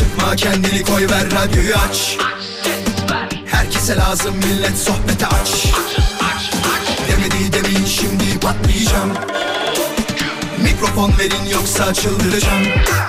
sıkma kendini, koy ver radyoyu aç. Herkese lazım millet, sohbete aç. Demedi demeyin şimdi patlayacağım. Mikrofon verin yoksa çıldıracağım.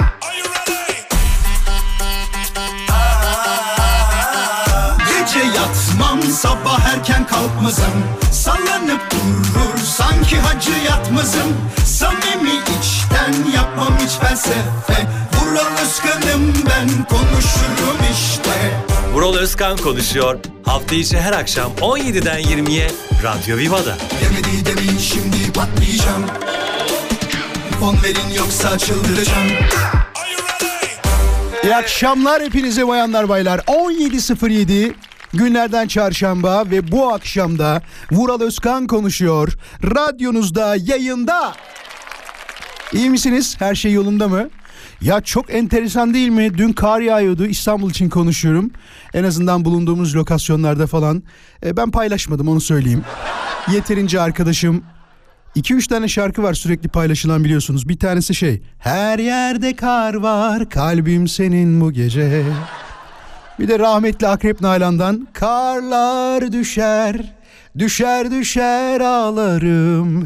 Gece yatmam, sabah erken kalkmazım. Sallanıp durur sanki hacı yatmazım. Samimi içten yapmam hiç felsefe. Vural Özkan'ım ben, konuşurum işte. Vural Özkan konuşuyor. Hafta içi her akşam 17'den 20'ye Radyo Viva'da. Demedi demeyin şimdi patlayacağım. Fon verin yoksa çıldıracağım. İyi akşamlar hepinize bayanlar baylar. 17.07 günlerden çarşamba ve bu akşamda Vural Özkan konuşuyor. Radyonuzda, yayında. İyi misiniz? Her şey yolunda mı? Ya çok enteresan değil mi? Dün kar yağıyordu. İstanbul için konuşuyorum. En azından bulunduğumuz lokasyonlarda falan. Ben paylaşmadım, onu söyleyeyim. Yeterince arkadaşım. 2-3 tane şarkı var sürekli paylaşılan, biliyorsunuz. Bir tanesi her yerde kar var, kalbim senin bu gece. Bir de rahmetli Akrep Nalan'dan karlar düşer, düşer düşer ağlarım,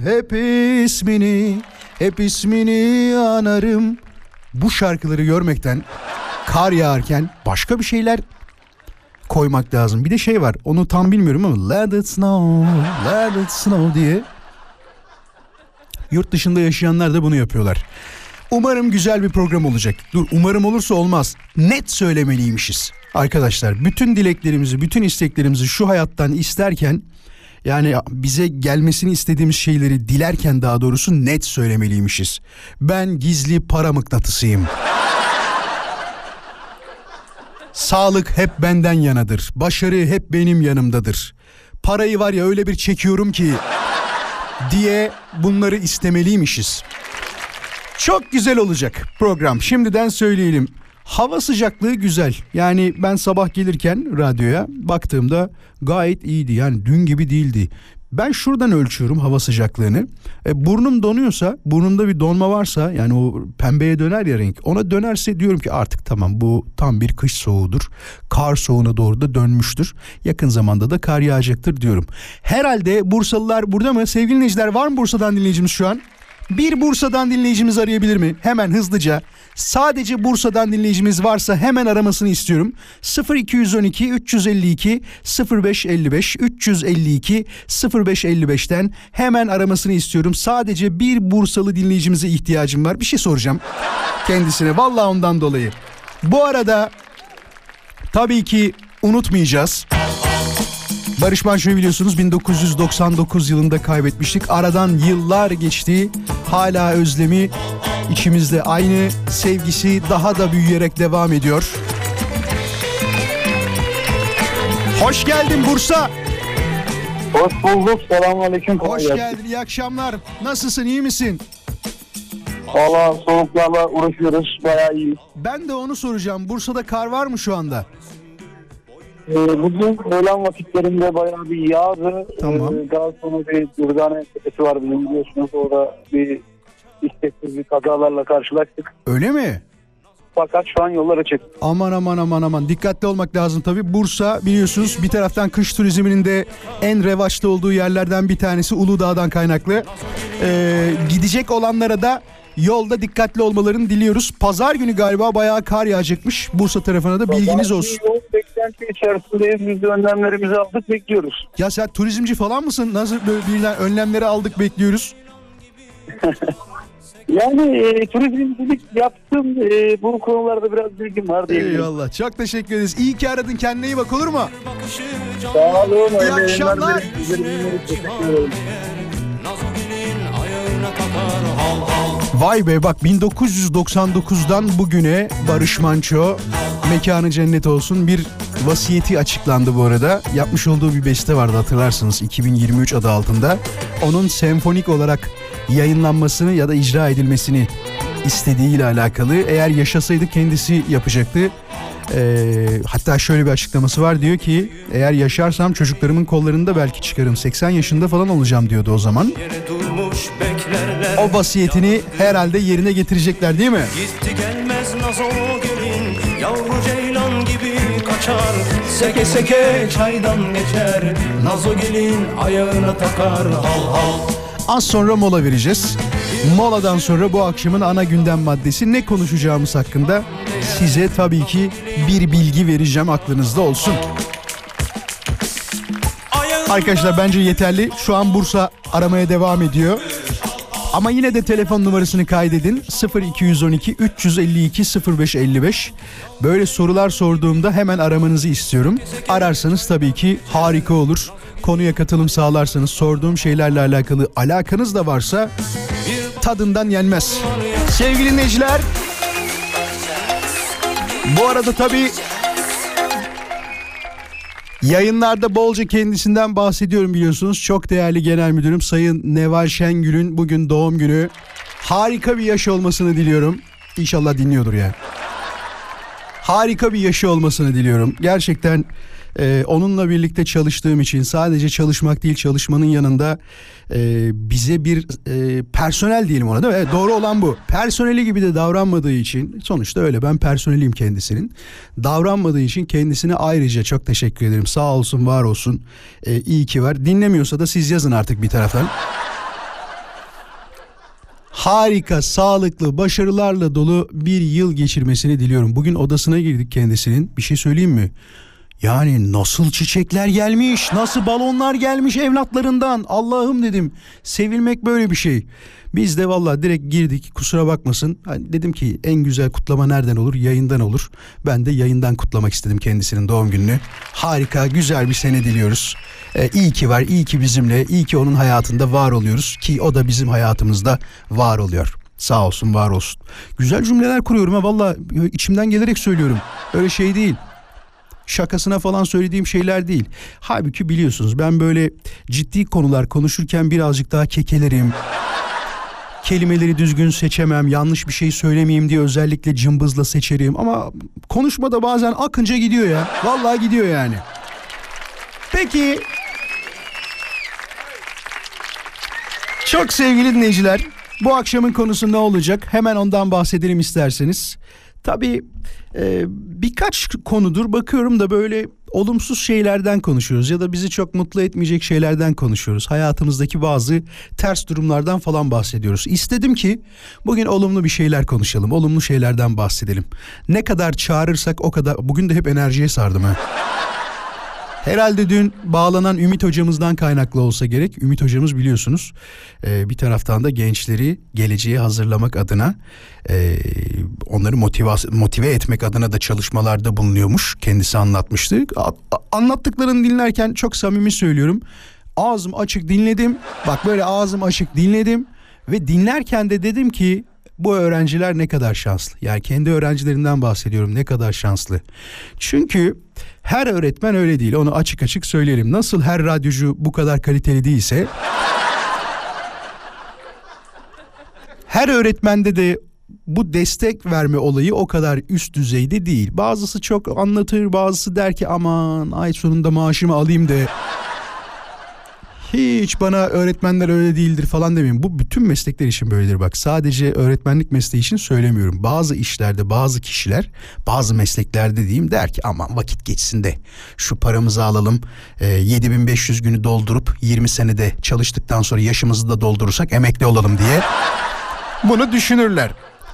hep ismini anarım. Bu şarkıları görmekten, kar yağarken başka bir şeyler koymak lazım. Bir de var, onu tam bilmiyorum ama let it snow diye. Yurt dışında yaşayanlar da bunu yapıyorlar. Umarım güzel bir program olacak. Umarım olursa olmaz. Net söylemeliymişiz. Arkadaşlar, bütün dileklerimizi, bütün isteklerimizi şu hayattan isterken, yani bize gelmesini istediğimiz şeyleri dilerken daha doğrusu net söylemeliymişiz. Ben gizli para mıknatısıyım. Sağlık hep benden yanadır. Başarı hep benim yanımdadır. Parayı var ya öyle bir çekiyorum ki diye bunları istemeliymişiz. Çok güzel olacak program. Şimdiden söyleyelim. Hava sıcaklığı güzel. Yani ben sabah gelirken radyoya baktığımda gayet iyiydi. Yani dün gibi değildi. Ben şuradan ölçüyorum hava sıcaklığını. Burnum donuyorsa, burnumda bir donma varsa, yani o pembeye döner ya renk, ona dönerse diyorum ki artık tamam, bu tam bir kış soğuğudur. Kar soğuğuna doğru da dönmüştür. Yakın zamanda da kar yağacaktır diyorum. Herhalde Bursalılar burada mı? Sevgili dinleyiciler, var mı Bursa'dan dinleyicimiz şu an? Bir Bursa'dan dinleyicimiz arayabilir mi? Hemen hızlıca. Sadece Bursa'dan dinleyicimiz varsa hemen aramasını istiyorum. 0212 352 0555 352 0555'ten hemen aramasını istiyorum. Sadece bir Bursalı dinleyicimize ihtiyacım var. Bir şey soracağım kendisine. Vallahi ondan dolayı. Bu arada tabii ki unutmayacağız. Barış Manço'yu biliyorsunuz 1999 yılında kaybetmiştik. Aradan yıllar geçti. Hala özlemi içimizde, aynı sevgisi daha da büyüyerek devam ediyor. Hoş geldin Bursa. Hoş bulduk. Selamünaleyküm. Hoş geldin. İyi akşamlar. Nasılsın? İyi misin? Valla soğuklarla uğraşıyoruz. Bayağı iyi. Ben de onu soracağım. Bursa'da kar var mı şu anda? Bugün öğlen vakitlerinde bayağı bir yağdı. Tamam. Daha sonra bir Durdane tepesi var, biliyorsunuz. Orada bir isteksiz kazalarla karşılaştık. Öyle mi? Fakat şu an yollar açık. Aman. Dikkatli olmak lazım tabii. Bursa biliyorsunuz bir taraftan kış turizminin de en revaçta olduğu yerlerden bir tanesi, Uludağ'dan kaynaklı. Gidecek olanlara da yolda dikkatli olmalarını diliyoruz. Pazar günü galiba bayağı kar yağacakmış Bursa tarafına da, bilginiz olsun. Yol beklenti içerisindeyiz. Biz de önlemlerimizi aldık, bekliyoruz. Ya sen turizmci falan mısın? Nasıl böyle birden önlemleri aldık, bekliyoruz? Yani turizmcilik yaptım. Bu konularda biraz bilgim var diyebilirim. Eyvallah. Çok teşekkür ederiz. İyi ki aradın. Kendine iyi bak, olur mu? Sağ olun. İyi akşamlar. Vay be, bak 1999'dan bugüne Barış Manço, mekanı cennet olsun, bir vasiyeti açıklandı bu arada. Yapmış olduğu bir beste vardı, hatırlarsınız, 2023 adı altında. Onun senfonik olarak yayınlanmasını ya da icra edilmesini istediğiyle alakalı. Eğer yaşasaydı kendisi yapacaktı. Hatta şöyle bir açıklaması var, diyor ki eğer yaşarsam çocuklarımın kollarında belki çıkarım, 80 yaşında falan olacağım diyordu o zaman. O vasiyetini herhalde yerine getirecekler, değil mi? Gitti gelmez naz olur o gelin yavru ceylan gibi kaçar. Seke seke çaydan geçer, nazo gelin ayağına takar hal hal. Az sonra mola vereceğiz. Moladan sonra bu akşamın ana gündem maddesi ne konuşacağımız hakkında size tabii ki bir bilgi vereceğim, aklınızda olsun. Arkadaşlar bence yeterli. Şu an Bursa aramaya devam ediyor. Ama yine de telefon numarasını kaydedin. 0212 352 0555. Böyle sorular sorduğumda hemen aramanızı istiyorum. Ararsanız tabii ki harika olur. Konuya katılım sağlarsanız, sorduğum şeylerle alakalı alakanız da varsa tadından yenmez. Sevgili dinleyiciler, bu arada tabii yayınlarda bolca kendisinden bahsediyorum biliyorsunuz. Çok değerli Genel Müdürüm Sayın Neval Şengül'ün bugün doğum günü. Harika bir yaş olmasını diliyorum. İnşallah dinliyordur ya. Harika bir yaşı olmasını diliyorum. Gerçekten onunla birlikte çalıştığım için, sadece çalışmak değil, çalışmanın yanında bize bir personel diyelim ona, değil mi? Evet, doğru olan bu. Personeli gibi de davranmadığı için, sonuçta öyle, ben personeliyim kendisinin. Davranmadığı için kendisine ayrıca çok teşekkür ederim. Sağ olsun, var olsun. İyi ki var. Dinlemiyorsa da siz yazın artık bir taraftan. Harika, sağlıklı, başarılarla dolu bir yıl geçirmesini diliyorum. Bugün odasına girdik kendisinin. Bir şey söyleyeyim mi? Yani nasıl çiçekler gelmiş, nasıl balonlar gelmiş evlatlarından. Allah'ım dedim, sevilmek böyle bir şey. Biz de vallahi direkt girdik, kusura bakmasın. Hani dedim ki en güzel kutlama nereden olur? Yayından olur. Ben de yayından kutlamak istedim kendisinin doğum gününü. Harika, güzel bir sene diliyoruz. İyi ki var, iyi ki bizimle, iyi ki onun hayatında var oluyoruz. Ki o da bizim hayatımızda var oluyor. Sağ olsun, var olsun. Güzel cümleler kuruyorum ha, vallahi içimden gelerek söylüyorum. Öyle şey değil. Şakasına falan söylediğim şeyler değil. Halbuki biliyorsunuz ben böyle ciddi konular konuşurken birazcık daha kekelerim. Kelimeleri düzgün seçemem, yanlış bir şey söylemeyeyim diye özellikle cımbızla seçerim. Ama konuşmada bazen akınca gidiyor ya. Vallahi gidiyor yani. Peki. Çok sevgili dinleyiciler, bu akşamın konusu ne olacak? Hemen ondan bahsedelim isterseniz. Tabii birkaç konudur bakıyorum da böyle olumsuz şeylerden konuşuyoruz ya da bizi çok mutlu etmeyecek şeylerden konuşuyoruz. Hayatımızdaki bazı ters durumlardan falan bahsediyoruz. İstedim ki bugün olumlu bir şeyler konuşalım, olumlu şeylerden bahsedelim. Ne kadar çağırırsak o kadar. Bugün de hep enerjiye sardım ha. Herhalde dün bağlanan Ümit hocamızdan kaynaklı olsa gerek. Ümit hocamız biliyorsunuz bir taraftan da gençleri geleceğe hazırlamak adına, onları motive etmek adına da çalışmalarda bulunuyormuş. Kendisi anlatmıştı. Anlattıklarını dinlerken çok samimi söylüyorum, ağzım açık dinledim. Bak böyle ağzım açık dinledim ve dinlerken de dedim ki bu öğrenciler ne kadar şanslı. Yani kendi öğrencilerinden bahsediyorum, ne kadar şanslı. Çünkü her öğretmen öyle değil, onu açık açık söyleyelim. Nasıl her radyocu bu kadar kaliteli değilse, her öğretmende de bu destek verme olayı o kadar üst düzeyde değil. Bazısı çok anlatır, bazısı der ki aman ay sonunda maaşımı alayım de. Hiç bana öğretmenler öyle değildir falan demeyin. Bu bütün meslekler için böyledir bak. Sadece öğretmenlik mesleği için söylemiyorum. Bazı işlerde bazı kişiler, bazı mesleklerde diyeyim, der ki aman vakit geçsin de şu paramızı alalım. 7500 günü doldurup 20 senede çalıştıktan sonra yaşımızı da doldurursak emekli olalım diye bunu düşünürler.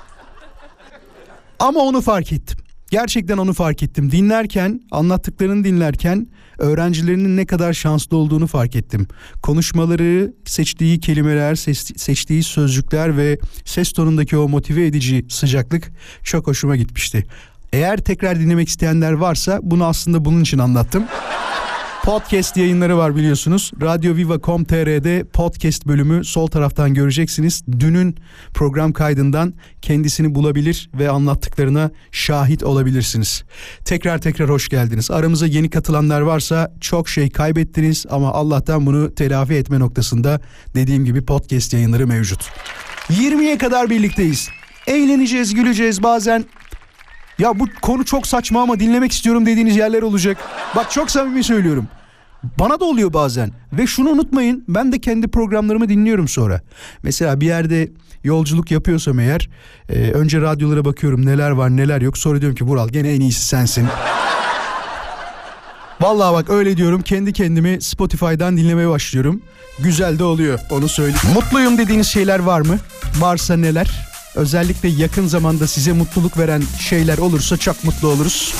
Ama onu fark ettim. Gerçekten onu fark ettim. Dinlerken, anlattıklarını dinlerken öğrencilerinin ne kadar şanslı olduğunu fark ettim. Konuşmaları, seçtiği kelimeler, seçtiği sözcükler ve ses tonundaki o motive edici sıcaklık çok hoşuma gitmişti. Eğer tekrar dinlemek isteyenler varsa bunu aslında bunun için anlattım. Podcast yayınları var biliyorsunuz. Radyoviva.com.tr'de podcast bölümü sol taraftan göreceksiniz. Dünün program kaydından kendisini bulabilir ve anlattıklarına şahit olabilirsiniz. Tekrar hoş geldiniz. Aramıza yeni katılanlar varsa çok şey kaybettiniz ama Allah'tan bunu telafi etme noktasında dediğim gibi podcast yayınları mevcut. 20'ye kadar birlikteyiz. Eğleneceğiz, güleceğiz, bazen ya bu konu çok saçma ama dinlemek istiyorum dediğiniz yerler olacak. Bak çok samimi söylüyorum. Bana da oluyor bazen. Ve şunu unutmayın, ben de kendi programlarımı dinliyorum sonra. Mesela bir yerde yolculuk yapıyorsam eğer önce radyolara bakıyorum neler var neler yok. Sonra diyorum ki Vural gene en iyisi sensin. Vallahi bak öyle diyorum, kendi kendimi Spotify'dan dinlemeye başlıyorum. Güzel de oluyor, onu söyleyeyim. Mutluyum dediğiniz şeyler var mı? Varsa neler? Özellikle yakın zamanda size mutluluk veren şeyler olursa çok mutlu oluruz.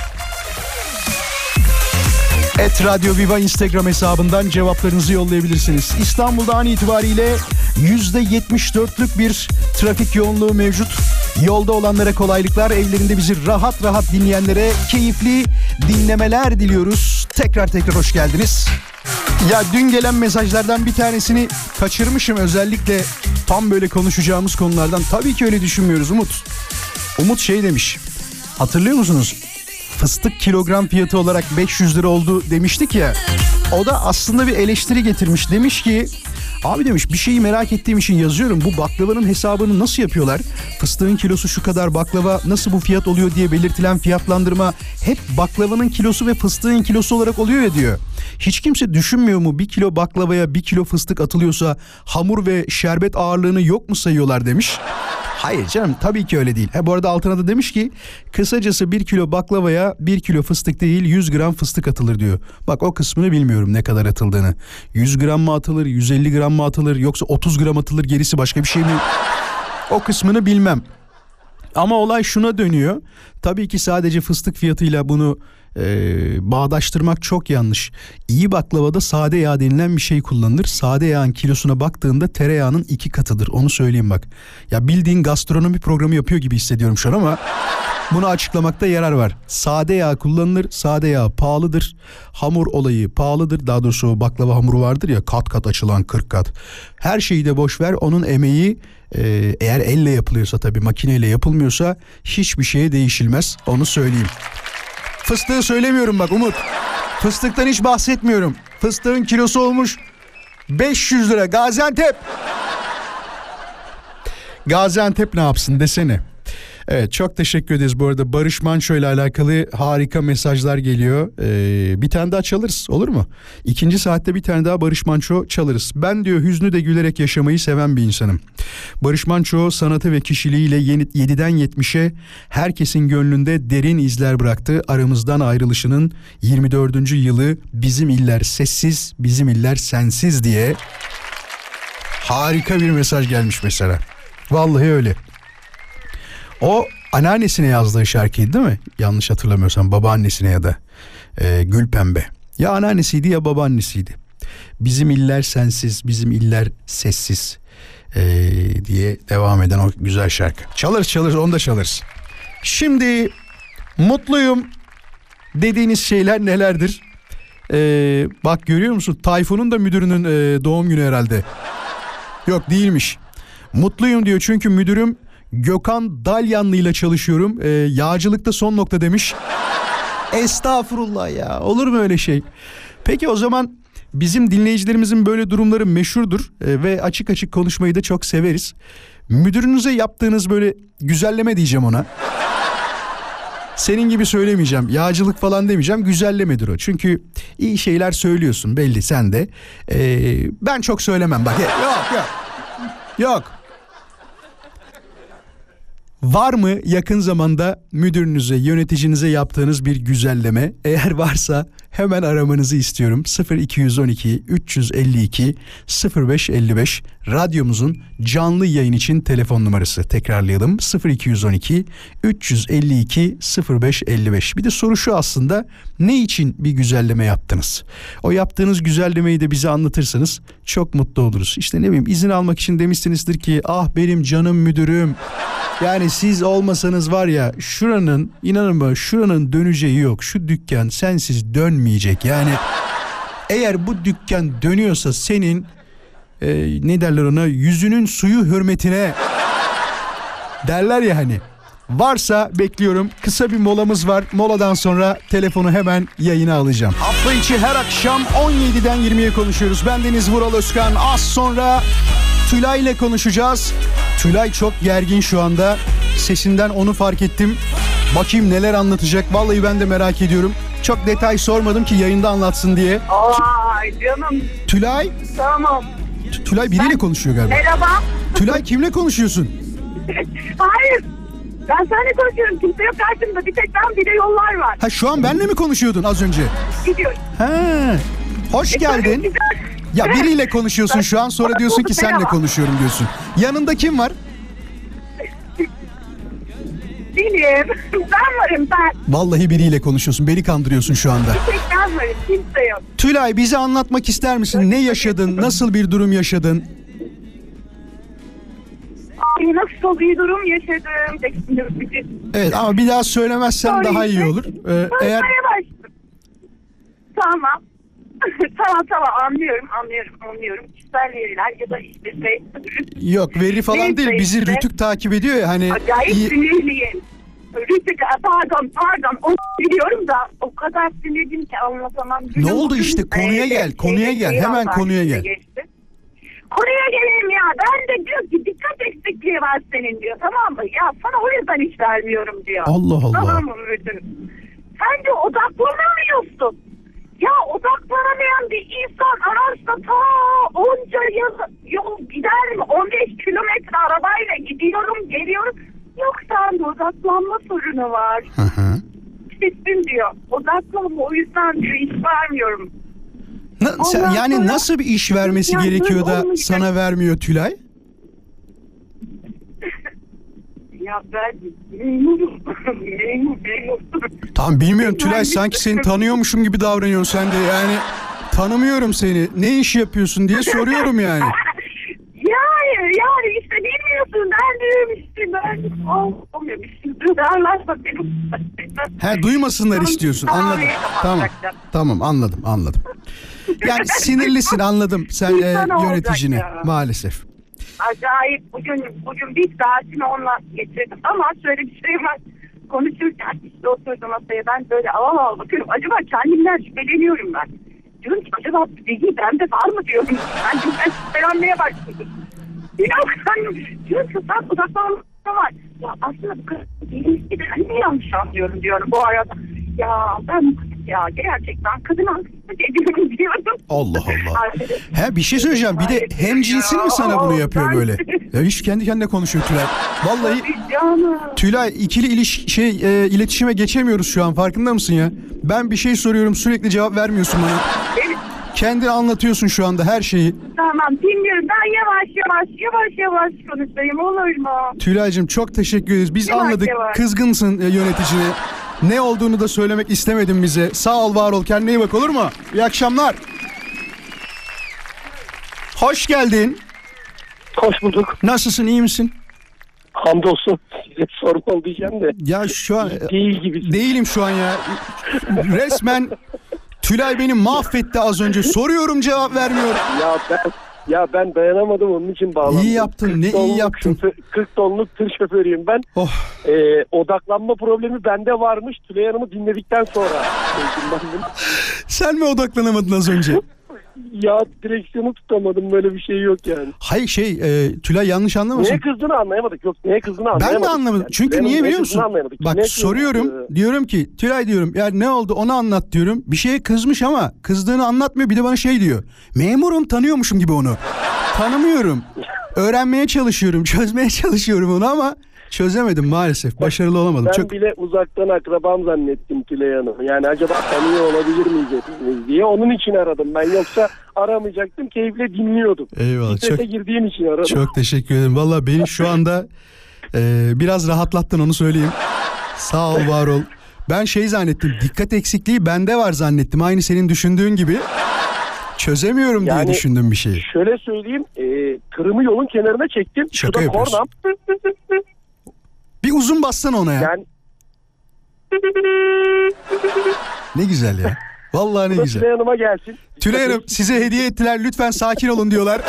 @Radyo Viva Instagram hesabından cevaplarınızı yollayabilirsiniz. İstanbul'da an itibariyle %74'lük bir trafik yoğunluğu mevcut. Yolda olanlara kolaylıklar, evlerinde bizi rahat rahat dinleyenlere keyifli dinlemeler diliyoruz. Tekrar hoş geldiniz. Ya dün gelen mesajlardan bir tanesini kaçırmışım, özellikle tam böyle konuşacağımız konulardan. Tabii ki öyle düşünmüyoruz Umut. Umut şey demiş, hatırlıyor musunuz? Fıstık kilogram fiyatı olarak 500 lira oldu demiştik ya. O da aslında bir eleştiri getirmiş. Demiş ki abi demiş, bir şeyi merak ettiğim için yazıyorum. Bu baklavanın hesabını nasıl yapıyorlar? Fıstığın kilosu şu kadar, baklava nasıl bu fiyat oluyor diye belirtilen fiyatlandırma hep baklavanın kilosu ve fıstığın kilosu olarak oluyor ya diyor. Hiç kimse düşünmüyor mu 1 kilo baklavaya 1 kilo fıstık atılıyorsa hamur ve şerbet ağırlığını yok mu sayıyorlar demiş. Hayır canım, tabii ki öyle değil. Bu arada altına da demiş ki kısacası 1 kilo baklavaya 1 kilo fıstık değil 100 gram fıstık atılır diyor. Bak o kısmını bilmiyorum ne kadar atıldığını. 100 gram mı atılır, 150 gram mı atılır, yoksa 30 gram atılır, gerisi başka bir şey mi? O kısmını bilmem. Ama olay şuna dönüyor. Tabii ki sadece fıstık fiyatıyla bunu bağdaştırmak çok yanlış. İyi baklavada sade yağ denilen bir şey kullanılır. Sade yağın kilosuna baktığında tereyağının 2 katıdır. Onu söyleyeyim bak. Ya bildiğin gastronomi programı yapıyor gibi hissediyorum şu an ama bunu açıklamakta yarar var. Sade yağ kullanılır. Sade yağ pahalıdır. Hamur olayı pahalıdır. Daha doğrusu o baklava hamuru vardır ya, kat kat açılan 40 kat. Her şeyi de boş ver. Onun emeği eğer elle yapılıyorsa, tabii makineyle yapılmıyorsa hiçbir şeye değişilmez. Onu söyleyeyim. Fıstığı söylemiyorum bak Umut. Fıstıktan hiç bahsetmiyorum. Fıstığın kilosu olmuş 500 lira. Gaziantep. Gaziantep ne yapsın desene. Evet, çok teşekkür ederiz bu arada. Barış Manço ile alakalı harika mesajlar geliyor. Bir tane daha çalarız, olur mu? 2. saatte bir tane daha Barış Manço çalarız. Ben diyor hüznü de gülerek yaşamayı seven bir insanım. Barış Manço sanatı ve kişiliğiyle 7'den 70'e herkesin gönlünde derin izler bıraktı. Aramızdan ayrılışının 24. yılı bizim iller sessiz, bizim iller sensiz diye harika bir mesaj gelmiş mesela. Vallahi öyle. O anneannesine yazdığı şarkıydı değil mi? Yanlış hatırlamıyorsam babaannesine ya da Gülpembe. Ya anneannesiydi ya babaannesiydi. Bizim iller sensiz, bizim iller sessiz diye devam eden o güzel şarkı. Çalarız, onu da çalarız. Şimdi mutluyum dediğiniz şeyler nelerdir? Bak görüyor musun? Tayfun'un da müdürünün doğum günü herhalde. Yok değilmiş. Mutluyum diyor çünkü müdürüm Gökhan Dalyanlı ile çalışıyorum. Yağcılıkta son nokta demiş. Estağfurullah ya, olur mu öyle şey? Peki o zaman bizim dinleyicilerimizin böyle durumları meşhurdur ve açık açık konuşmayı da çok severiz. Müdürünüze yaptığınız böyle güzelleme diyeceğim ona. Senin gibi söylemeyeceğim, yağcılık falan demeyeceğim, güzellemedir o. Çünkü iyi şeyler söylüyorsun belli sen de. Ben çok söylemem bak. Yok. Var mı yakın zamanda müdürünüze, yöneticinize yaptığınız bir güzelleme? Eğer varsa hemen aramanızı istiyorum. 0212 352 0555 radyomuzun canlı yayın için telefon numarası. Tekrarlayalım. 0212 352 0555. Bir de soru şu aslında, ne için bir güzelleme yaptınız? O yaptığınız güzellemeyi de bize anlatırsanız çok mutlu oluruz. İşte ne bileyim, izin almak için demişsinizdir ki ah benim canım müdürüm. Yani siz olmasanız var ya şuranın, inanın bana, şuranın döneceği yok. Şu dükkan sensiz dönmeyecek. Yani eğer bu dükkan dönüyorsa senin ne derler ona, yüzünün suyu hürmetine derler ya hani. Varsa bekliyorum. Kısa bir molamız var. Moladan sonra telefonu hemen yayına alacağım. Hafta içi her akşam 17'den 20'ye konuşuyoruz. Bendeniz Vural Özkan. Az sonra Tülay ile konuşacağız. Tülay çok gergin şu anda. Sesinden onu fark ettim. Bakayım neler anlatacak. Vallahi ben de merak ediyorum. Çok detay sormadım ki yayında anlatsın diye. Ay canım, Tülay, tamam. Tülay biriyle konuşuyor galiba. Merhaba. Tülay kimle konuşuyorsun? Hayır. Ben seninle konuşuyorum. Kimse yok karşımda. Bir tek ben, bir de yollar var. Ha şu an benle mi konuşuyordun az önce? Gidiyorum. He. Hoş geldin. Ya biriyle konuşuyorsun şu an, sonra diyorsun ki senle konuşuyorum diyorsun. Yanında kim var? Benim. Ben varım ben. Vallahi biriyle konuşuyorsun. Beni kandırıyorsun şu anda. Bir tek ben varım. Kimse yok. Tülay, bize anlatmak ister misin? Ne yaşadın? Nasıl bir durum yaşadın? Ay, nasıl bir durum yaşadım. Evet ama bir daha söylemezsen daha iyi olur. Eğer Tamam. tamam anlıyorum. Kişisel veriler ya da işte yok veri falan neyse değil, bizi işte. Rütük takip ediyor ya hani. Acayip sinirliyim. Rütük, pardon onu biliyorum da o kadar sinirliyim ki anlatamam. Ne oldu işte, konuya gel, hemen konuya gel. Konuya geleyim ya, ben de diyor ki dikkat eksikliği var senin diyor, tamam mı? Ya sana o yüzden hiç vermiyorum diyor. Allah Allah. Tamam mı Rütük? Sen de odaklanamıyorsun. Ya odaklanamayan bir insan araçta ta onca yol gider mi? 15 kilometre arabayla gidiyorum geliyorum. Yok, sende odaklanma sorunu var. Kesin diyor. Odaklanma, o yüzden diyor hiç vermiyorum. Yani nasıl bir iş vermesi gerekiyor da sana vermiyor Tülay? Ya ben memurum. Tamam bilmiyorum Tülay, sanki seni tanıyormuşum gibi davranıyorsun sen de, yani tanımıyorum seni. Ne iş yapıyorsun diye soruyorum yani. Yani işte bilmiyorsun, ben diyorum işte ben olmuyor bir şey duyarlarsa benim. He, duymasınlar istiyorsun, anladım. Tamam anladım. Yani sinirlisin, anladım sen yöneticine maalesef. Acayip bugün bir saatini onunla geçirdim ama şöyle bir şey var. Konuşurken işte oturdum masaya, ben böyle aval bakıyorum. Acaba kendimden şüpheleniyorum ben. Diyorum ki acaba bilgi bende var mı diyorum. Kendimden şüphelenmeye başladım. Diyorum ki sen odaklanma var. Ya aslında bu kadar değiliz ki ben ne yanlış anlıyorum diyorum bu arada. Ya gerçekten kadın haksızlık ediyorum diyorum. Allah. He, bir şey söyleyeceğim. Bir de hemcinsin mi sana bunu yapıyor böyle? Ya hiç kendi kendine konuşuyor Tülay. Vallahi Tülay, ikili iletişime geçemiyoruz şu an, farkında mısın ya? Ben bir şey soruyorum, sürekli cevap vermiyorsun bana. Kendini anlatıyorsun şu anda her şeyi. Tamam dinliyorum. Ben yavaş konuşayım, olur mu? Tülay'cığım çok teşekkür ederiz. Biz anladık. Yavaş. Kızgınsın yöneticine. Ne olduğunu da söylemek istemedin bize. Sağ ol, var ol. Kendine iyi bak, olur mu? İyi akşamlar. Hoş geldin. Hoş bulduk. Nasılsın, iyi misin? Hamdolsun. Size sormalı diyeceğim de. Ya şu an değil gibi. Değilim şu an ya. Resmen Tülay beni mahvetti az önce. Soruyorum, cevap vermiyor. Ben dayanamadım, onun için bağlandım. İyi yaptın. Ne iyi yaptın. 40 tonluk tır şoförüyüm ben. Odaklanma problemi bende varmış. Tülay Hanım'ı dinledikten sonra. Sen mi odaklanamadın az önce? Ya direksiyonu tutamadım, böyle bir şey yok yani. Hayır Tülay, yanlış anlamasın. Neye kızdığını anlayamadık. Neye kızdığını anlayamadık. Ben de anlamadım. Yani. Çünkü niye biliyor musun? Bak soruyorum. Diyorum ki Tülay diyorum, ya ne oldu onu anlat diyorum. Bir şeye kızmış ama kızdığını anlatmıyor. Bir de bana şey diyor. Memurum, tanıyormuşum gibi onu. Tanımıyorum. Öğrenmeye çalışıyorum. Çözmeye çalışıyorum onu ama çözemedim maalesef. Başarılı olamadım. Ben bile uzaktan akrabam zannettim Tülay Hanım'ı. Yani acaba tanıyor olabilir miyiz hepimiz diye. Onun için aradım ben. Yoksa aramayacaktım. Keyifle dinliyordum. Eyvallah. Strese girdiğim için aradım. Çok teşekkür ederim. Valla beni şu anda biraz rahatlattın, onu söyleyeyim. Sağ ol, var ol. Ben zannettim. Dikkat eksikliği bende var zannettim. Aynı senin düşündüğün gibi. Çözemiyorum diye düşündüm bir şeyi. Şöyle söyleyeyim. Tırımı yolun kenarına çektim. Şaka yapıyorsun. Kornam. Bir uzun bassana ona ya. Ne güzel ya. Vallahi ne güzel. Tülay Hanım'a gelsin. Tülay Hanım, size hediye ettiler. Lütfen sakin olun diyorlar.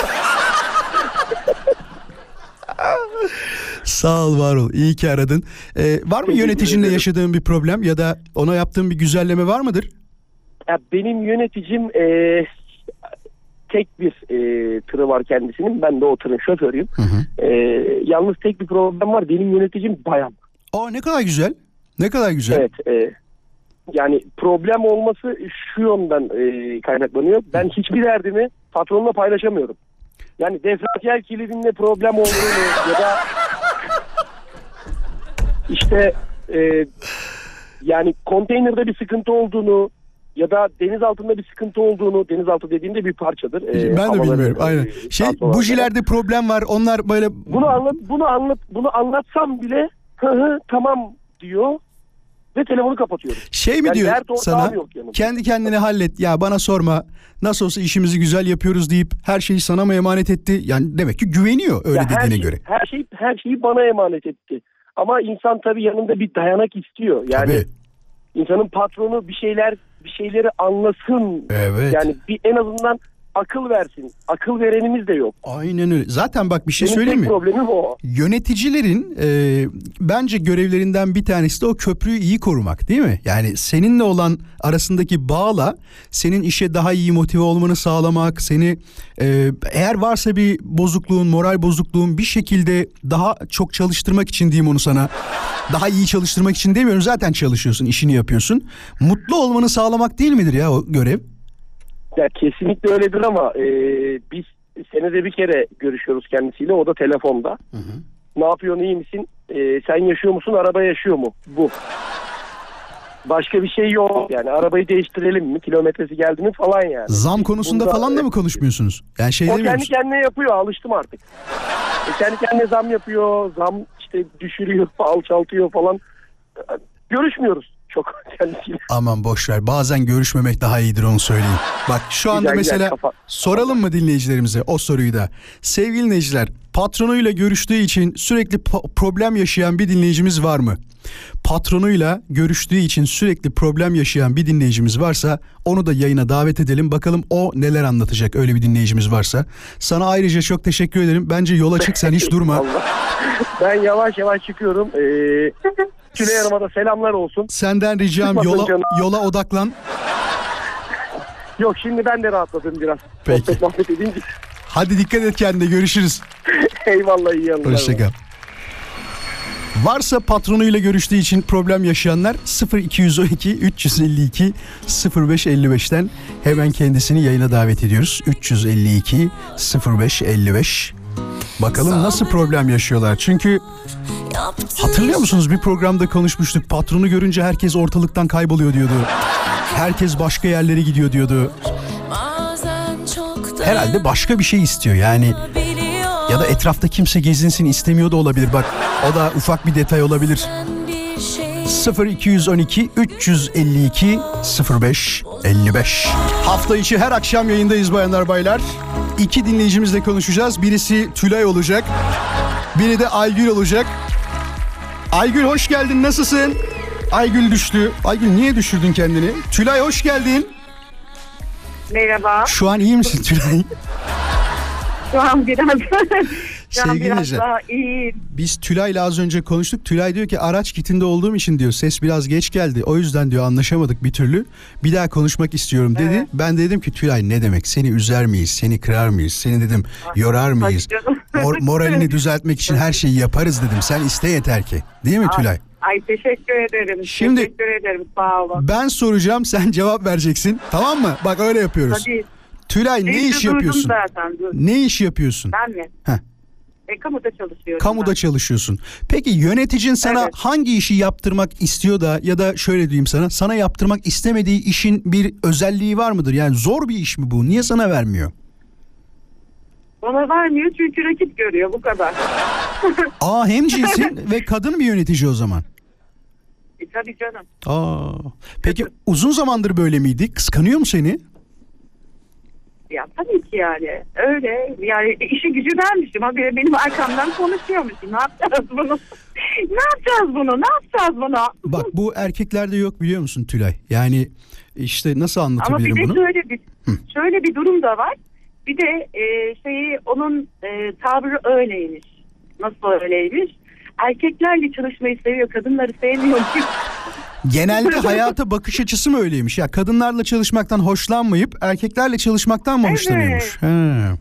Sağ ol, var ol. İyi ki aradın. Var mı yöneticinle yaşadığın bir problem ya da ona yaptığın bir güzelleme var mıdır? Ya benim yöneticim tek bir tırı var kendisinin. Ben de o tırın şoförüyüm. Yalnız tek bir problem var. Benim yöneticim bayan. Aa, ne kadar güzel. Ne kadar güzel. Evet. Yani problem olması şu yönden kaynaklanıyor. Ben hiçbir derdimi patronla paylaşamıyorum. Yani diferansiyel kilidinde problem olduğunu ya da işte yani konteynerde bir sıkıntı olduğunu ya da deniz altında bir sıkıntı olduğunu, denizaltı dediğimde bir parçadır. Ben de bilmiyorum. Aynen. Bujilerde problem var. Onlar böyle bunu anlatsam bile tamam diyor ve telefonu kapatıyorum. Şey mi yani diyor sana? Kendi kendine hallet. Ya bana sorma. Nasıl olsa işimizi güzel yapıyoruz deyip her şeyi sana mı emanet etti? Yani demek ki güveniyor öyle ya dediğine göre. Her şeyi bana emanet etti. Ama insan tabii yanında bir dayanak istiyor. Yani tabii. İnsanın patronu bir şeyleri anlasın. Evet. Yani bir en azından akıl versin. Akıl verenimiz de yok. Aynen öyle. Zaten bak bir şey söyleyeyim mi? Problemim o. Yöneticilerin bence görevlerinden bir tanesi de o köprüyü iyi korumak, değil mi? Yani seninle olan arasındaki bağla senin işe daha iyi motive olmanı sağlamak, seni eğer varsa bir bozukluğun, moral bozukluğun bir şekilde daha çok çalıştırmak için diyeyim onu sana. Daha iyi çalıştırmak için demiyorum. Zaten çalışıyorsun, işini yapıyorsun. Mutlu olmanı sağlamak değil midir ya o görev? Ya kesinlikle öyledir ama biz senede bir kere görüşüyoruz kendisiyle. O da telefonda. Hı. Ne yapıyorsun, iyi misin? Sen yaşıyor musun? Araba yaşıyor mu? Bu. Başka bir şey yok. Yani arabayı değiştirelim mi? Kilometresi geldi mi falan yani. Zam konusunda falan da mı konuşmuyorsunuz? Yani şey o kendi kendine yapıyor. Alıştım artık. Kendi kendine zam yapıyor. Zam işte düşürüyor, alçaltıyor falan. Görüşmüyoruz çok kendisiyle. Aman boşver. Bazen görüşmemek daha iyidir, onu söyleyeyim. Bak şu anda mesela soralım mı dinleyicilerimize o soruyu da. Sevgili dinleyiciler, patronuyla görüştüğü için sürekli problem yaşayan bir dinleyicimiz var mı? Patronuyla görüştüğü için sürekli problem yaşayan bir dinleyicimiz varsa onu da yayına davet edelim. Bakalım o neler anlatacak, öyle bir dinleyicimiz varsa. Sana ayrıca çok teşekkür ederim. Bence yola çık, sen hiç durma. Ben yavaş yavaş çıkıyorum. Tülay Hanım'a da selamlar olsun. Senden ricam yola odaklan. Yok, şimdi ben de rahatladım biraz. Peki. Hadi dikkat et kendine, görüşürüz. Eyvallah, iyi anlar. Hoşçakal. Varsa patronuyla görüştüğü için problem yaşayanlar 0212 352 0555'ten hemen kendisini yayına davet ediyoruz. 352 0555. Bakalım nasıl problem yaşıyorlar. Çünkü hatırlıyor musunuz, bir programda konuşmuştuk. Patronu görünce herkes ortalıktan kayboluyor diyordu. Herkes başka yerlere gidiyor diyordu. Herhalde başka bir şey istiyor yani. Ya da etrafta kimse gezinsin istemiyor da olabilir. Bak o da ufak bir detay olabilir. 0212 352 0555. Hafta içi her akşam yayındayız bayanlar baylar. İki dinleyicimizle konuşacağız. Birisi Tülay olacak. Biri de Aygül olacak. Aygül hoş geldin, nasılsın? Aygül düştü. Aygül niye düşürdün kendini? Tülay hoş geldin. Merhaba. Şu an iyi misin Tülay? Şu an biraz Sevgili daha iyi. Biz Tülay'la az önce konuştuk. Tülay diyor ki araç kitinde olduğum için diyor ses biraz geç geldi. O yüzden diyor anlaşamadık bir türlü. Bir daha konuşmak istiyorum dedi. Evet. Ben de dedim ki Tülay ne demek? Seni üzer miyiz? Seni kırar mıyız? Seni dedim yorar mıyız? Moralini düzeltmek için her şeyi yaparız dedim. Sen iste yeter ki. Değil mi Tülay? Ay teşekkür ederim. Şimdi, teşekkür ederim, sağ olun. Ben soracağım, sen cevap vereceksin. Tamam mı? Bak öyle yapıyoruz. Tabii. Tülay ne iş yapıyorsun? Zaten, ne iş yapıyorsun? Ben mi? Kamuda çalışıyorum. Kamuda çalışıyorsun. Peki yöneticin sana hangi işi yaptırmak istiyor da, ya da şöyle diyeyim sana yaptırmak istemediği işin bir özelliği var mıdır? Yani zor bir iş mi bu? Niye sana vermiyor? Bana vermiyor çünkü rakip görüyor, bu kadar. Hemcinsin ve kadın bir yönetici o zaman. Tabii canım. Peki uzun zamandır böyle miydi? Kıskanıyor mu seni? Ya tabii ki yani. Öyle. Yani işi gücü vermişim. Habire benim arkamdan konuşuyormuşum. Ne yapacağız bunu? Ne yapacağız bunu? Bak bu erkeklerde yok, biliyor musun Tülay? Yani işte nasıl anlatabilirim bunu? Ama bir de şöyle bir durum da var. Bir de onun tavrı öyleymiş. Nasıl öyleymiş? Erkeklerle çalışmayı seviyor, kadınları sevmiyormuş. Genelde hayata bakış açısı mı öyleymiş? Ya kadınlarla çalışmaktan hoşlanmayıp erkeklerle çalışmaktan mı hoşlanıyormuş?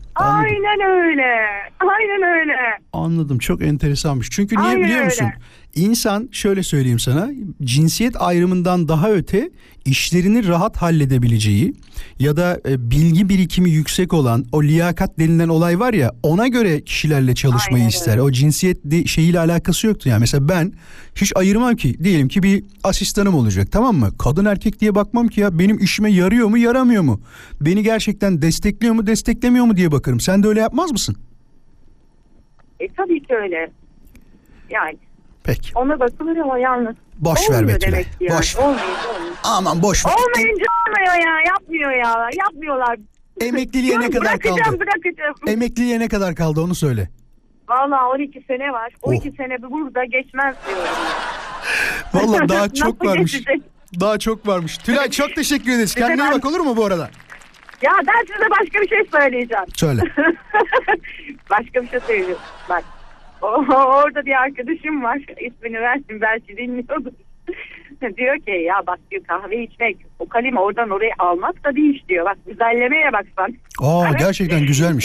Aynen öyle. Anladım. Çok enteresanmış. Çünkü niye biliyor musun? İnsan şöyle söyleyeyim sana, cinsiyet ayrımından daha öte işlerini rahat halledebileceği ya da bilgi birikimi yüksek olan o liyakat denilen olay var ya, ona göre kişilerle çalışmayı Aynen ister. öyle. O cinsiyet şeyiyle alakası yoktu yani. Mesela ben hiç ayırmam ki, diyelim ki bir asistanım olacak, tamam mı? Kadın erkek diye bakmam ki ya, benim işime yarıyor mu yaramıyor mu? Beni gerçekten destekliyor mu desteklemiyor mu diye bakarım. Sen de öyle yapmaz mısın? Tabii ki öyle. Yani Peki. ona bakılır ama yalnız Boş ver olmuyor be Tülay. demek ki yani. Boş ver. Olmuyor. Aman boş ver. Olmayınca olmuyor ya. Yapmıyor ya. Yapmıyorlar. Emekliliğe ne kadar kaldı? Bırakacağım. Emekliliğe ne kadar kaldı onu söyle. Valla 12 sene var. Oh. 12 sene burada geçmez diyorum. Vallahi daha çok Nasıl varmış. geçecek? Daha çok varmış. Tülay çok teşekkür ederiz. Kendine iyi bak, olur mu bu arada? Ya ben size başka bir şey söyleyeceğim. Söyle. Başka bir şey söyleyeceğim. Bak. Orada bir arkadaşım var. İsmini versin, belki dinliyordur. Diyor ki ya bak diyor, kahve içmek, o kalemi oradan oraya almak da bir iş diyor. Bak güzellemeye baksan. Aa, gerçekten güzelmiş.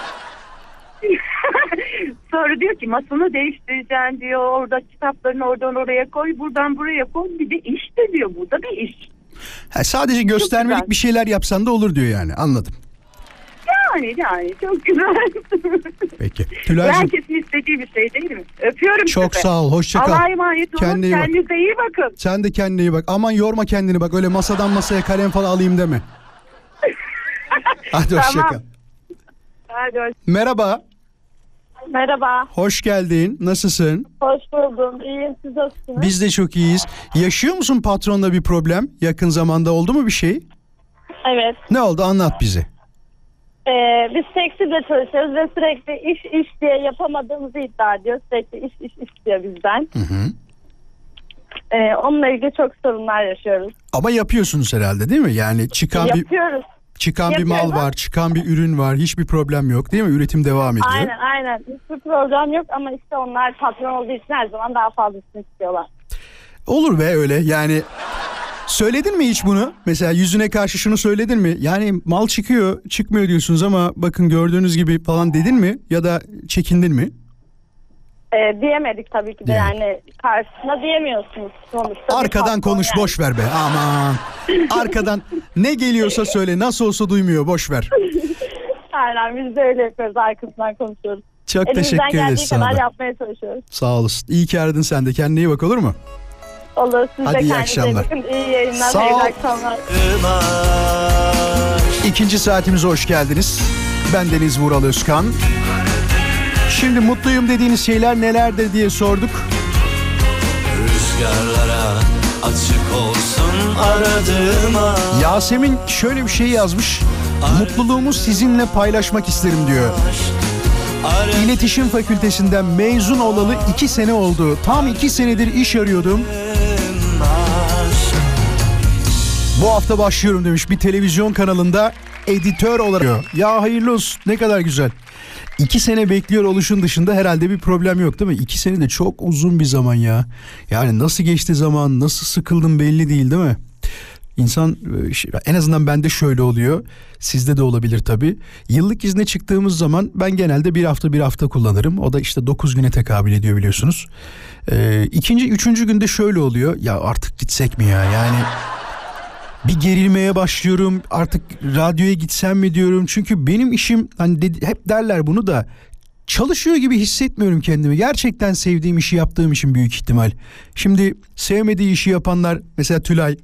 Sonra diyor ki masanı değiştireceksin diyor. Orada kitaplarını oradan oraya koy, buradan buraya koy. Bir de iş de diyor. Bu da bir iş. Ha, sadece göstermelik güzel. bir şeyler yapsan da olur diyor yani. Anladım. Yani çok güzel. Peki. Tülay'cığım Herkesin istediği bir şey değil mi? Öpüyorum çok sizi. sağ ol. Hoşça kal. Allah'a emanet olun. Kendine iyi bak. Kendinize iyi bakın. Sen de kendine iyi bak. Aman yorma kendini bak. Öyle masadan masaya kalem falan alayım deme. Hadi hoşça Tamam. kal. Hadi hoş. Merhaba. Merhaba, Hoş geldin. Nasılsın? hoş buldum. İyiyim, siz nasılsınız? Biz de çok iyiyiz. Yaşıyor musun patronla bir problem? Yakın zamanda oldu mu bir şey? Evet, Ne oldu? Anlat bize. biz tekstilde çalışıyoruz ve sürekli iş diye yapamadığımızı iddia ediyor. Sürekli iş diyor bizden. Hı hı. Onunla ilgili çok sorunlar yaşıyoruz. Ama yapıyorsunuz herhalde değil mi? Yani çıkan bir Yapıyoruz. mal var, çıkan bir ürün var. Hiçbir problem yok değil mi? Üretim devam ediyor. Aynen. Hiçbir problem yok ama işte onlar patron olduğu için her zaman daha fazlasını istiyorlar. Olur be öyle. Yani söyledin mi hiç bunu? Mesela yüzüne karşı şunu söyledin mi? Yani mal çıkıyor, çıkmıyor diyorsunuz ama bakın gördüğünüz gibi falan dedin mi? Ya da çekindin mi? Diyemedik tabii ki de, Yani. yani karşısına diyemiyorsunuz sonuçta. Arkadan konuş, yani. boş ver be. Aman. Arkadan ne geliyorsa söyle, nasıl olsa duymuyor, boş ver. Aynen, biz de öyle yapıyoruz, arkasından konuşuyoruz. Çok Elimizden teşekkür ederiz geldiği sana kadar da. yapmaya çalışıyoruz. Sağ olasın. İyi ki aradın sen de. Kendine iyi bak, olur mu? Olur, siz Hadi de iyi kendinize akşamlar. bakın. İyi yayınlar, Sağ iyi ol. akşamlar. İkinci saatimize hoş geldiniz. Ben Deniz Vural Özkan. Şimdi mutluyum dediğiniz şeyler nelerdir diye sorduk. Rüzgarlara açık olsun aradığıma. Yasemin şöyle bir şey yazmış. Mutluluğumu sizinle paylaşmak isterim diyor. İletişim Fakültesinden mezun olalı 2 sene oldu. Tam 2 senedir iş arıyordum. Bu hafta başlıyorum demiş, bir televizyon kanalında editör olarak. Ya hayırlı olsun, ne kadar güzel. 2 sene bekliyor oluşun dışında herhalde bir problem yok değil mi? 2 sene de çok uzun bir zaman ya. Yani nasıl geçti zaman, nasıl sıkıldım belli değil değil mi? İnsan, en azından bende şöyle oluyor. Sizde de olabilir tabii. Yıllık izne çıktığımız zaman ben genelde bir hafta kullanırım. O da işte 9 güne tekabül ediyor biliyorsunuz. İkinci, üçüncü günde şöyle oluyor. Ya artık gitsek mi ya? Yani bir gerilmeye başlıyorum. Artık radyoya gitsem mi diyorum. Çünkü benim işim, hani hep derler bunu da, çalışıyor gibi hissetmiyorum kendimi. Gerçekten sevdiğim işi yaptığım için büyük ihtimal. Şimdi sevmediği işi yapanlar, mesela Tülay.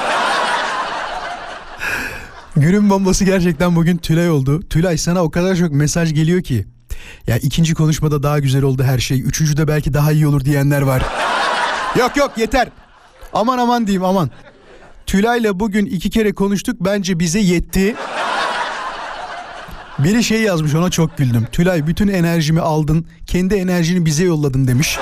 Günün bombası gerçekten bugün Tülay oldu. Tülay, sana o kadar çok mesaj geliyor ki. Ya ikinci konuşmada daha güzel oldu her şey. Üçüncüde belki daha iyi olur diyenler var. Yok yeter. Aman diyeyim aman. Tülay'la bugün 2 kere konuştuk. Bence bize yetti. Biri şey yazmış, ona çok güldüm. Tülay, bütün enerjimi aldın. Kendi enerjini bize yolladın demiş.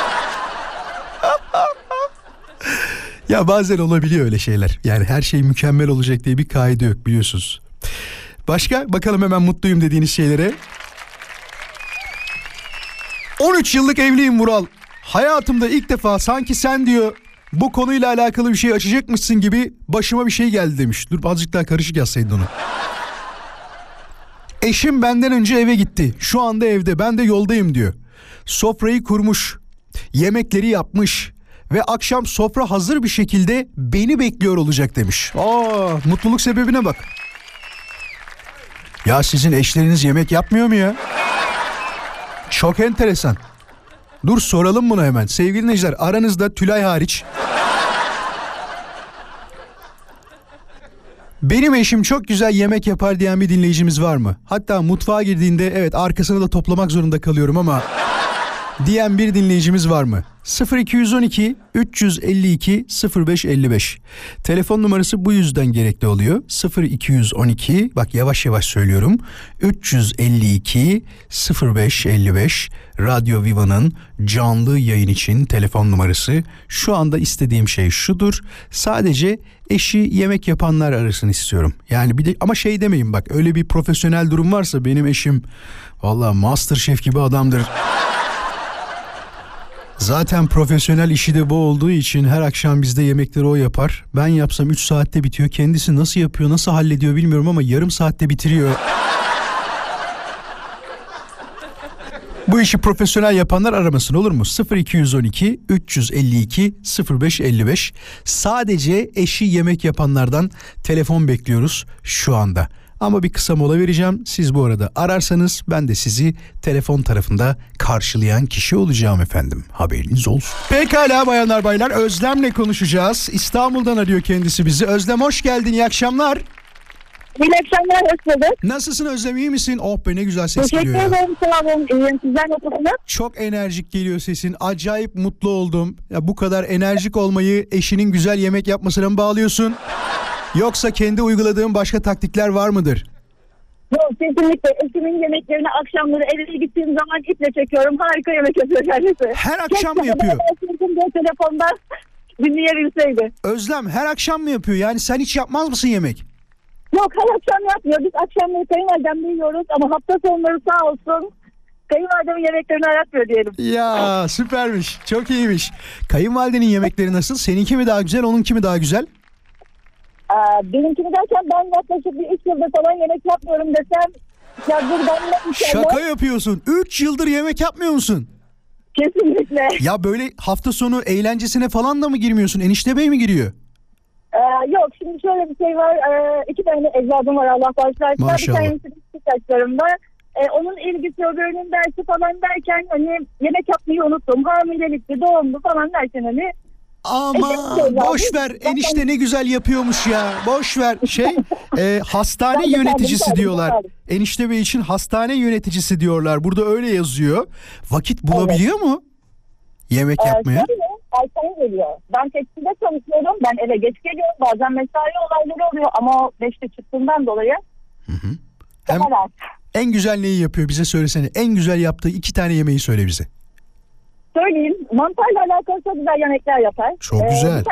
Ya bazen olabiliyor öyle şeyler. Yani her şey mükemmel olacak diye bir kaide yok biliyorsunuz. Başka? Bakalım hemen mutluyum dediğiniz şeylere. 13 yıllık evliyim Vural. Hayatımda ilk defa sanki sen diyor bu konuyla alakalı bir şey açacakmışsın gibi başıma bir şey geldi demiş. Dur azıcık daha karışık yazsaydın onu. Eşim benden önce eve gitti. Şu anda evde, ben de yoldayım diyor. Sofrayı kurmuş. Yemekleri yapmış ve akşam sofra hazır bir şekilde beni bekliyor olacak demiş. Mutluluk sebebine bak. Ya sizin eşleriniz yemek yapmıyor mu ya? Çok enteresan. Dur soralım bunu hemen. Sevgili dinleyiciler, aranızda Tülay hariç benim eşim çok güzel yemek yapar diyen bir dinleyicimiz var mı? Hatta mutfağa girdiğinde evet arkasını da toplamak zorunda kalıyorum ama diyen bir dinleyicimiz var mı? 0212 352 0555. Telefon numarası bu yüzden gerekli oluyor. 0212, bak yavaş yavaş söylüyorum. 352 0555 Radyo Viva'nın canlı yayın için telefon numarası. Şu anda istediğim şey şudur. Sadece eşi yemek yapanlar arasın istiyorum. Yani bir de ama şey demeyin, bak öyle bir profesyonel durum varsa benim eşim vallahi MasterChef gibi adamdır. Zaten profesyonel işi de bu olduğu için her akşam bizde yemekleri o yapar. Ben yapsam 3 saatte bitiyor. Kendisi nasıl yapıyor, nasıl hallediyor bilmiyorum ama yarım saatte bitiriyor. Bu işi profesyonel yapanlar aramasın, olur mu? 0212 352 0555. Sadece eşi yemek yapanlardan telefon bekliyoruz şu anda. Ama bir kısa mola vereceğim. Siz bu arada ararsanız ben de sizi telefon tarafında karşılayan kişi olacağım efendim. Haberiniz olsun. Pekala bayanlar baylar, Özlem'le konuşacağız. İstanbul'dan arıyor kendisi bizi. Özlem hoş geldin, iyi akşamlar. İyi akşamlar, hoş bulduk. Nasılsın Özlem, iyi misin? Oh be ne güzel ses geliyor ya. Teşekkür ederim, sağ olun. İyiyim, sizler nasılsınız? Çok enerjik geliyor sesin. Acayip mutlu oldum. Ya bu kadar enerjik olmayı eşinin güzel yemek yapmasına mı bağlıyorsun? Yoksa kendi uyguladığın başka taktikler var mıdır? Yok, kesinlikle. Eşimin yemeklerini akşamları eve gittiğim zaman iple çekiyorum. Harika yemek yapıyor kendisi. Her akşam mı yapıyor? Telefonda dinleyebilseydi. Özlem her akşam mı yapıyor? Yani sen hiç yapmaz mısın yemek? Yok, her akşam yapmıyor. Biz akşamları kayınvalidemle yiyoruz ama hafta sonları sağ olsun kayınvalidemin yemeklerini aratmıyor diyelim. Ya süpermiş. Çok iyiymiş. Kayınvalidenin yemekleri nasıl? Seninki mi daha güzel, onunki mi daha güzel? Benimkini derken ben yaklaşık bir 3 yıldır falan yemek yapmıyorum desem ya buradan Şaka yapıyorsun. 3 yıldır yemek yapmıyor musun? Kesinlikle. Ya böyle hafta sonu eğlencesine falan da mı girmiyorsun? Enişte bey mi giriyor? Yok, şimdi şöyle bir şey var. 2 tane evladım var, Allah bağışlasın. Maşallah. Bir tanesi küçük yaşlarımda. Onun ilgisi, öbürünün dersi falan derken hani yemek yapmayı unuttum. Hamilelikti, doğumdu falan derken hani. Ama boş ver, enişte ne güzel yapıyormuş ya. Boş ver. Hastane yöneticisi diyorlar. Enişte bey için hastane yöneticisi diyorlar. Burada öyle yazıyor. Vakit bulabiliyor mu yemek yapmaya? Erken geliyor. Ben tekstilde çalışıyorum. Ben eve geç geliyorum. Bazen mesai olayları oluyor ama 5'te çıktığından dolayı. En güzel neyi yapıyor bize söylesene. En güzel yaptığı 2 tane yemeği söyle bize. Söyleyeyim. Mantarla alakalı çok güzel yemekler yapar. Çok güzel.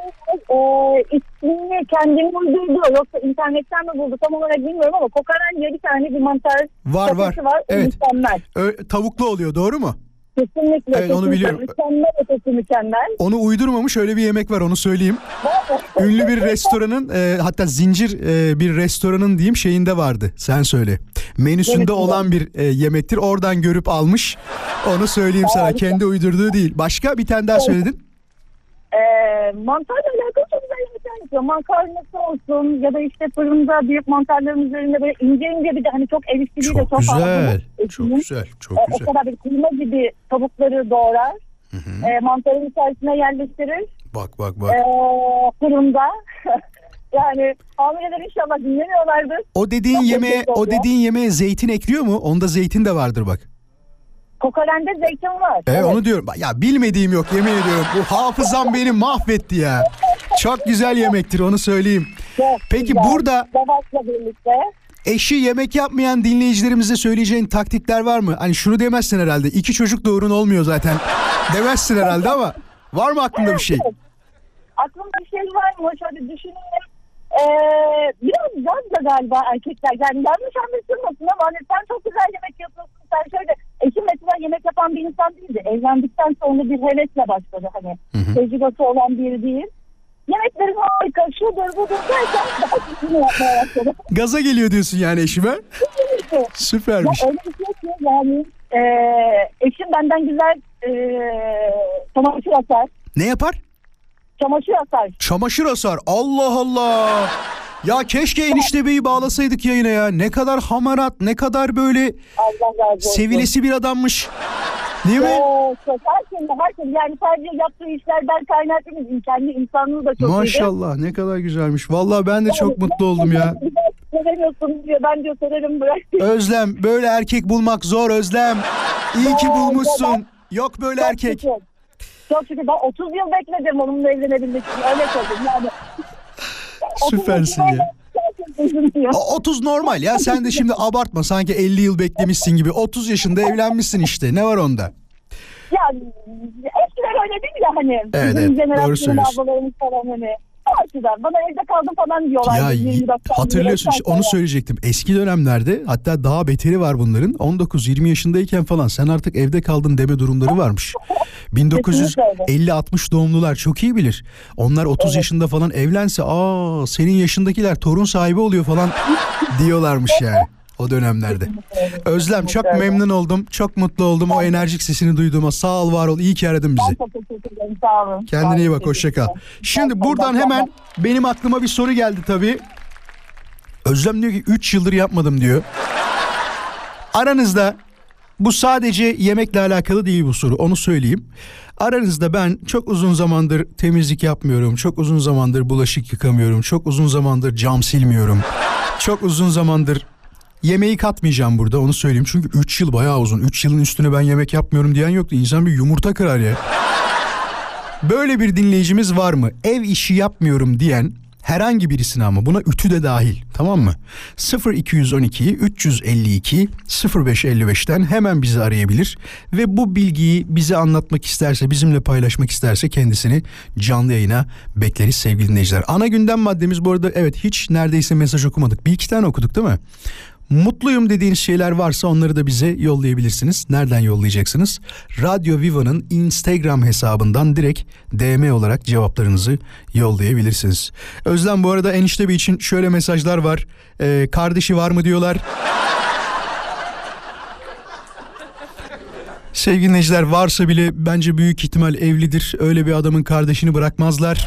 İsmini kendini uydurdu. Yoksa internetten mi buldu tam olarak bilmiyorum ama kokaren diye bir tane bir mantar var. Evet. Tavuklu oluyor, doğru mu? Kesinlikle. Evet, onu biliyorum. Mükemmel. Onu uydurmamış öyle bir yemek var, onu söyleyeyim. Ünlü bir restoranın hatta zincir bir restoranın diyeyim şeyinde vardı. Sen söyle. Menüsünde olan bir yemektir. Oradan görüp almış. Onu söyleyeyim sana. Kendi uydurduğu değil. Başka bir tane daha söyledin. Mantarla alakalı çok güzel yemekler yapıyor. Makarnası olsun ya da işte fırında büyük mantarların üzerinde böyle ince ince bir de hani çok erişkiliği de çok fazla. Çok güzel. Çok güzel. O kadar bir kıyma gibi tavukları doğrar. Mantarın içerisine yerleştirir. Bak. Fırında. Yani hamileler inşallah dinlemiyorlardır. O dediğin yemeğe zeytin ekliyor mu? Onda zeytin de vardır bak. Kokalende zeytin var. Evet, onu diyorum. Ya bilmediğim yok, yemin ediyorum. Bu hafızam beni mahvetti ya. Çok güzel yemektir, onu söyleyeyim. Peki güzel. Burada eşi yemek yapmayan dinleyicilerimize söyleyeceğin taktikler var mı? Hani şunu demezsin herhalde. 2 çocuk doğurun olmuyor zaten. Demezsin herhalde ama var mı aklında bir şey? Aklımda bir şey var mı? Şöyle düşüneyim. Biraz gaz da galiba erkekler. Yani yanlış anlaşılmasın ama hani sen çok güzel yemek yapıyorsun. Sen şöyle, eşim mesela yemek yapan bir insan değildi. Evlendikten sonra bir hevesle başladı hani. Tecrübesi olan biri değil. Yemeklerin harika, şudur budur derken daha güzel yapmaya başladı. Gaza geliyor diyorsun yani eşime. Süpermiş. Ya öyle bir şey ki yani eşim benden güzel Çamaşır asar. Ne yapar? Çamaşır asar. Çamaşır asar. Allah Allah. Ya keşke Enişte Bey'i bağlasaydık yayına ya. Ne kadar hamarat, ne kadar böyle sevilesi bir adammış. Değil mi? Herkes yani sadece yaptığı işlerden kaynaklı kendi insanlığı da çok iyiydi. Maşallah ne kadar güzelmiş. Vallahi ben de çok mutlu oldum ya. Sevemiyorsunuz diyor, ben diyor severim bırak. Özlem, böyle erkek bulmak zor Özlem. İyi ki bulmuşsun. Yok böyle çok erkek. Şükür. Çok şükür ben 30 yıl bekledim onunla evlenebilmek için, öyle söyledim yani. Süpersin ya. 30 normal ya, sen de şimdi abartma, sanki 50 yıl beklemişsin gibi. 30 yaşında evlenmişsin işte, ne var onda? Ya eskiler öyle değil ya hani. Evet, doğru söylüyorsun. Ablalarımız falan hani. Bana evde kaldım falan diyorlar. Ya hatırlıyorsun işte, onu söyleyecektim. Eski dönemlerde hatta daha beteri var bunların. 19-20 yaşındayken falan sen artık evde kaldın deme durumları varmış. 1950-60 doğumlular çok iyi bilir. Onlar 30 yaşında falan evlense senin yaşındakiler torun sahibi oluyor falan diyorlarmış yani o dönemlerde. Özlem, çok memnun oldum. Çok mutlu oldum o enerjik sesini duyduğuma. Sağ ol, var ol. İyi ki aradın bizi. Sağ olun. Kendine iyi bak, hoşça kal. Şimdi buradan hemen benim aklıma bir soru geldi tabii. Özlem diyor ki 3 yıldır yapmadım diyor. Aranızda, bu sadece yemekle alakalı değil bu soru, onu söyleyeyim. Aranızda ben çok uzun zamandır temizlik yapmıyorum, çok uzun zamandır bulaşık yıkamıyorum, çok uzun zamandır cam silmiyorum, çok uzun zamandır yemeği katmayacağım burada, onu söyleyeyim. Çünkü 3 yıl bayağı uzun. 3 yılın üstüne ben yemek yapmıyorum diyen yoktu. İnsan bir yumurta kırar ya. Böyle bir dinleyicimiz var mı? Ev işi yapmıyorum diyen herhangi birisine, ama buna ütü de dahil, tamam mı? 0212 352 0555'ten hemen bizi arayabilir ve bu bilgiyi bize anlatmak isterse, bizimle paylaşmak isterse kendisini canlı yayına bekleriz sevgili dinleyiciler. Ana gündem maddemiz bu arada, evet, hiç neredeyse mesaj okumadık. Bir iki tane okuduk değil mi? Mutluyum dediğiniz şeyler varsa onları da bize yollayabilirsiniz. Nereden yollayacaksınız? Radyo Viva'nın Instagram hesabından direkt DM olarak cevaplarınızı yollayabilirsiniz. Özlem, bu arada Enişte Bey için şöyle mesajlar var. Kardeşi var mı diyorlar. Sevgili dinleyiciler, varsa bile bence büyük ihtimal evlidir. Öyle bir adamın kardeşini bırakmazlar.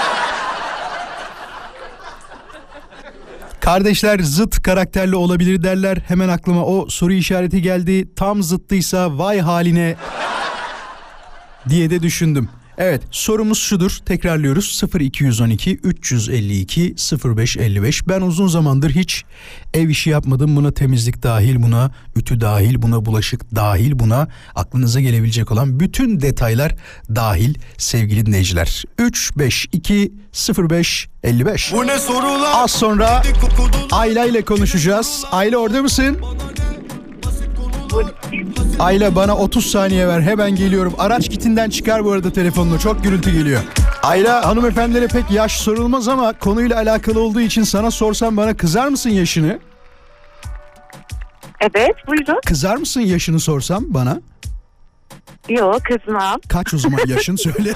Kardeşler zıt karakterli olabilir derler. Hemen aklıma o soru işareti geldi. Tam zıttıysa vay haline diye de düşündüm. Evet, sorumuz şudur, tekrarlıyoruz. 0212 352 0555. Ben uzun zamandır hiç ev işi yapmadım. Buna temizlik dahil, buna ütü dahil, buna bulaşık dahil, buna aklınıza gelebilecek olan bütün detaylar dahil sevgili dinleyiciler. 352 0555. Bu ne sorular? Az sonra Ayla ile konuşacağız. Ayla, orada mısın? Ayla, bana 30 saniye ver, hemen geliyorum. Araç kitinden çıkar bu arada telefonunu, çok gürültü geliyor. Ayla, hanımefendilere pek yaş sorulmaz ama konuyla alakalı olduğu için sana sorsam bana kızar mısın yaşını? Evet, buyurun. Kızar mısın yaşını sorsam bana? Yok, kızmam. Kaç o zaman yaşın söyle.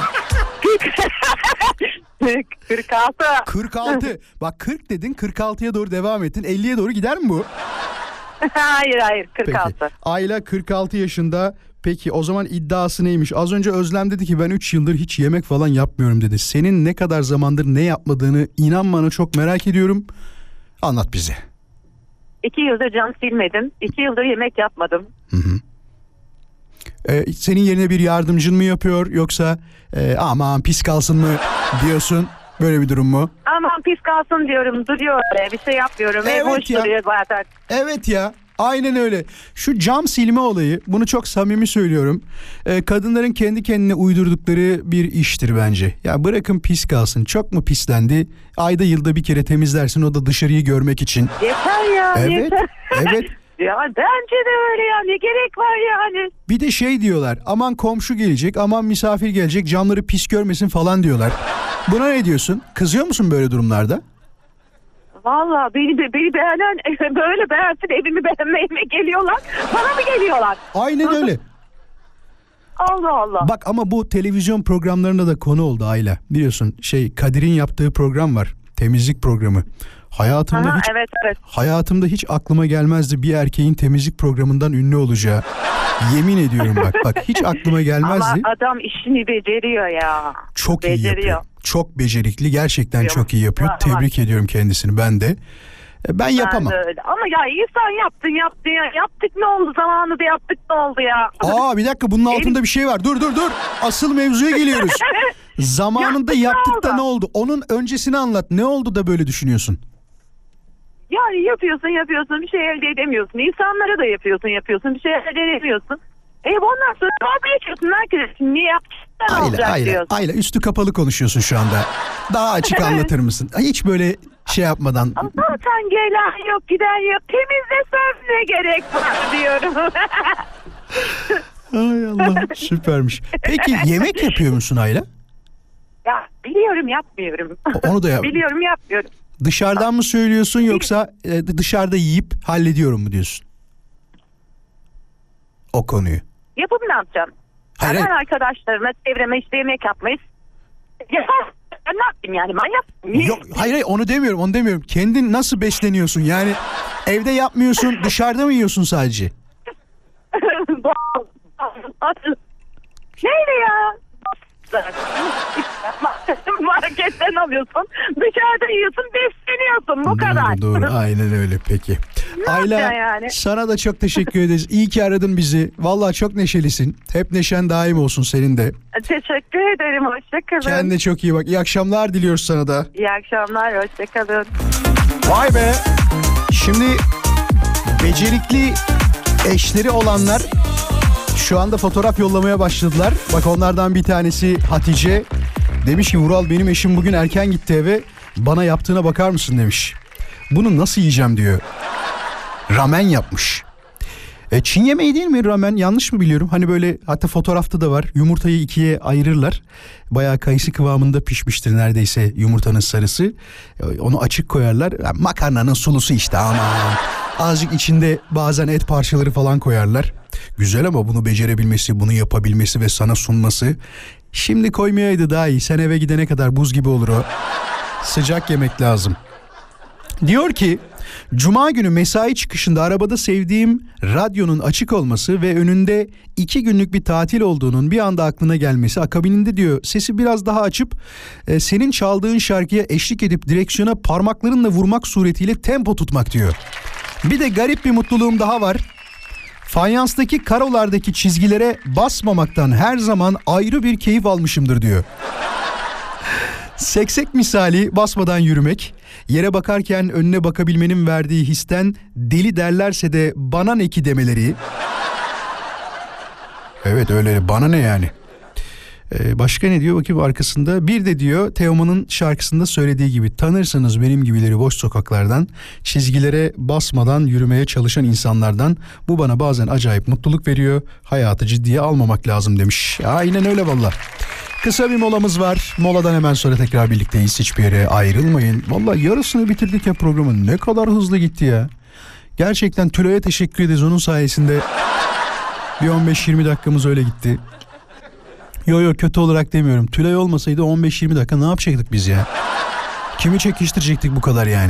46. 46. Bak 40 dedin, 46'ya doğru devam ettin. 50'ye doğru gider mi bu? Hayır, 46. Peki. Ayla 46 yaşında. Peki o zaman iddiası neymiş? Az önce Özlem dedi ki ben 3 yıldır hiç yemek falan yapmıyorum dedi. Senin ne kadar zamandır ne yapmadığını, inan bana, çok merak ediyorum. Anlat bize. 2 yıldır cam silmedim. 2 yıldır yemek yapmadım. Hı. Senin yerine bir yardımcın mı yapıyor, yoksa aman pis kalsın mı diyorsun? Böyle bir durum mu? Aman pis kalsın diyorum, duruyor öyle, bir şey yapmıyorum. Evet boş ya. duruyor zaten. Evet ya, aynen öyle. Şu cam silme olayı, bunu çok samimi söylüyorum. Kadınların kendi kendine uydurdukları bir iştir bence. Ya bırakın pis kalsın, çok mu pislendi? Ayda yılda bir kere temizlersin, o da dışarıyı görmek için. Yeter ya, evet, yeter. Evet. Ya bence de öyle ya, ne gerek var yani. Bir de şey diyorlar, aman komşu gelecek, aman misafir gelecek, camları pis görmesin falan diyorlar. Buna ne diyorsun? Kızıyor musun böyle durumlarda? Vallahi beni beğenen böyle beğensin, evimi beğenmeye geliyorlar. Bana mı geliyorlar? Aynen öyle. Allah Allah. Bak ama bu televizyon programlarında da konu oldu Ayla. Biliyorsun Kadir'in yaptığı program var. Temizlik programı. Hayatımda hiç aklıma gelmezdi bir erkeğin temizlik programından ünlü olacağı. Yemin ediyorum bak hiç aklıma gelmezdi. Ama adam işini beceriyor ya. Çok iyi yapıyor. Çok becerikli, gerçekten Yok. çok iyi yapıyor. Var. Tebrik ediyorum kendisini ben de. Ben yapamam. Ben de öyle. Ama ya insan yaptın ya. Yaptık ne oldu, zamanında yaptık ne oldu ya. Aa bir dakika, bunun altında bir şey var. Dur. Asıl mevzuya geliyoruz. Zamanında yaptık da ne oldu? Onun öncesini anlat. Ne oldu da böyle düşünüyorsun? Yani yapıyorsun bir şey elde edemiyorsun. İnsanlara da yapıyorsun bir şey elde edemiyorsun. Ondan sonra vazgeçiyorsun. Herkes niye yaptın diyorsun. Ayla üstü kapalı konuşuyorsun şu anda. Daha açık anlatır mısın? Hiç böyle şey yapmadan. Zaten gelen yok giden yok. Temizlesem ne gerek var diyorum. Ay Allah, süpermiş. Peki yemek yapıyor musun Ayla? Ya biliyorum yapmıyorum. Onu da yap. Biliyorum yapmıyorum. Dışarıdan mı söylüyorsun yoksa dışarıda yiyip hallediyorum mu diyorsun? O konuyu. Yapıp ne yapacağım? Hayır. Ben arkadaşlarıma, çevreme işte yemek yapmayız. Ben ne yapayım yani, manyak. Yok, hayır onu demiyorum. Kendin nasıl besleniyorsun? Yani evde yapmıyorsun, dışarıda mı yiyorsun sadece? Neydi ya? Marketten alıyorsun, dışarıda yiyorsun, besleniyorsun, bu kadar. Doğru, aynen öyle. Peki Ayla, yani? Sana da çok teşekkür ederiz. İyi ki aradın bizi. Vallahi çok neşelisin. Hep neşen daim olsun senin de. Teşekkür ederim, hoşçakalın. Kendine çok iyi bak. İyi akşamlar diliyoruz sana da. İyi akşamlar, hoşçakalın. Vay be. Şimdi becerikli eşleri olanlar şu anda fotoğraf yollamaya başladılar. Bak onlardan bir tanesi Hatice. Demiş ki Vural, benim eşim bugün erken gitti eve. Bana yaptığına bakar mısın demiş. Bunu nasıl yiyeceğim diyor. Ramen yapmış. Çin yemeği değil mi ramen? Yanlış mı biliyorum? Hani böyle, hatta fotoğrafta da var. Yumurtayı ikiye ayırırlar. Bayağı kayısı kıvamında pişmiştir neredeyse yumurtanın sarısı. Onu açık koyarlar. Yani makarnanın sulusu işte, ama azıcık içinde bazen et parçaları falan koyarlar. Güzel, ama bunu becerebilmesi, bunu yapabilmesi ve sana sunması. Şimdi koymayaydı daha iyi. Sen eve gidene kadar buz gibi olur o. Sıcak yemek lazım. Diyor ki, Cuma günü mesai çıkışında arabada sevdiğim radyonun açık olması ve önünde 2 günlük bir tatil olduğunun bir anda aklına gelmesi. Akabininde diyor sesi biraz daha açıp senin çaldığın şarkıya eşlik edip direksiyona parmaklarınla vurmak suretiyle tempo tutmak diyor. Bir de garip bir mutluluğum daha var. Fanyanstaki karolardaki çizgilere basmamaktan her zaman ayrı bir keyif almışımdır diyor. Seksek misali basmadan yürümek, yere bakarken önüne bakabilmenin verdiği histen deli derlerse de bana ne ki demeleri. Evet öyle, bana ne yani. Başka ne diyor bakayım arkasında? Bir de diyor Teoman'ın şarkısında söylediği gibi, tanırsınız benim gibileri boş sokaklardan, çizgilere basmadan yürümeye çalışan insanlardan. Bu bana bazen acayip mutluluk veriyor. Hayatı ciddiye almamak lazım demiş. Aynen öyle valla. Kısa bir molamız var. Moladan hemen sonra tekrar birlikteyiz. Hiçbir yere ayrılmayın. Valla yarısını bitirdik ya programın. Ne kadar hızlı gitti ya. Gerçekten Tülay'a teşekkür ederiz. Onun sayesinde bir 15-20 dakikamız öyle gitti. Yo kötü olarak demiyorum. Tülay olmasaydı 15-20 dakika ne yapacaktık biz ya? Kimi çekiştirecektik bu kadar yani?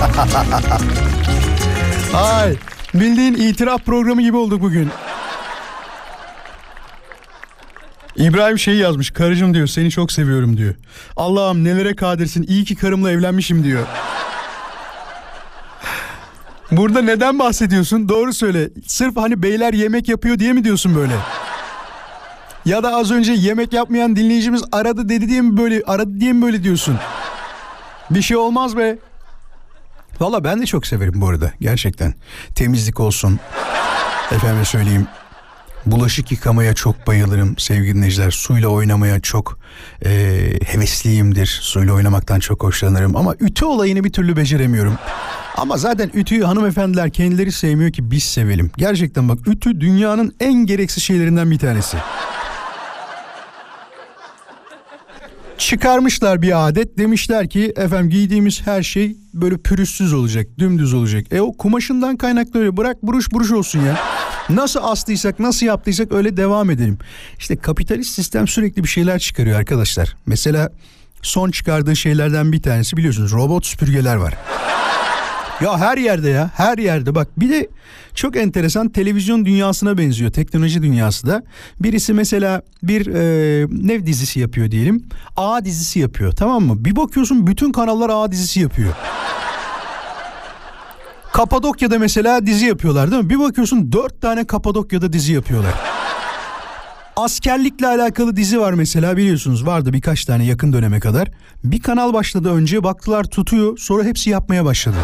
Ay, bildiğin itiraf programı gibi olduk bugün. İbrahim şey yazmış, karıcığım diyor seni çok seviyorum diyor. Allah'ım nelere kadirsin, iyi ki karımla evlenmişim diyor. Burada neden bahsediyorsun? Doğru söyle. Sırf hani beyler yemek yapıyor diye mi diyorsun böyle? Ya da az önce yemek yapmayan dinleyicimiz aradı dedi diye mi böyle diyorsun? Bir şey olmaz be. Valla ben de çok severim bu arada gerçekten. Temizlik olsun. Efendim söyleyeyim. Bulaşık yıkamaya çok bayılırım sevgili dinleyiciler. Suyla oynamaya çok hevesliyimdir. Suyla oynamaktan çok hoşlanırım. Ama ütü olayını bir türlü beceremiyorum. Ama zaten ütüyü hanımefendiler kendileri sevmiyor ki biz sevelim. Gerçekten bak, ütü dünyanın en gereksiz şeylerinden bir tanesi. Çıkarmışlar bir adet, demişler ki efendim giydiğimiz her şey böyle pürüzsüz olacak, dümdüz olacak. O kumaşından kaynaklı öyle, bırak buruş buruş olsun ya. Nasıl astıysak, nasıl yaptıysak öyle devam edelim. İşte kapitalist sistem sürekli bir şeyler çıkarıyor arkadaşlar. Mesela son çıkardığı şeylerden bir tanesi biliyorsunuz robot süpürgeler var. Ya her yerde ya, her yerde. Bak bir de çok enteresan, televizyon dünyasına benziyor, teknoloji dünyası da. Birisi mesela bir ne dizisi yapıyor diyelim, A dizisi yapıyor, tamam mı? Bir bakıyorsun bütün kanallar A dizisi yapıyor. Kapadokya'da mesela dizi yapıyorlar değil mi? Bir bakıyorsun 4 tane Kapadokya'da dizi yapıyorlar. Askerlikle alakalı dizi var mesela, biliyorsunuz, vardı birkaç tane yakın döneme kadar. Bir kanal başladı önce, baktılar tutuyor, sonra hepsi yapmaya başladı.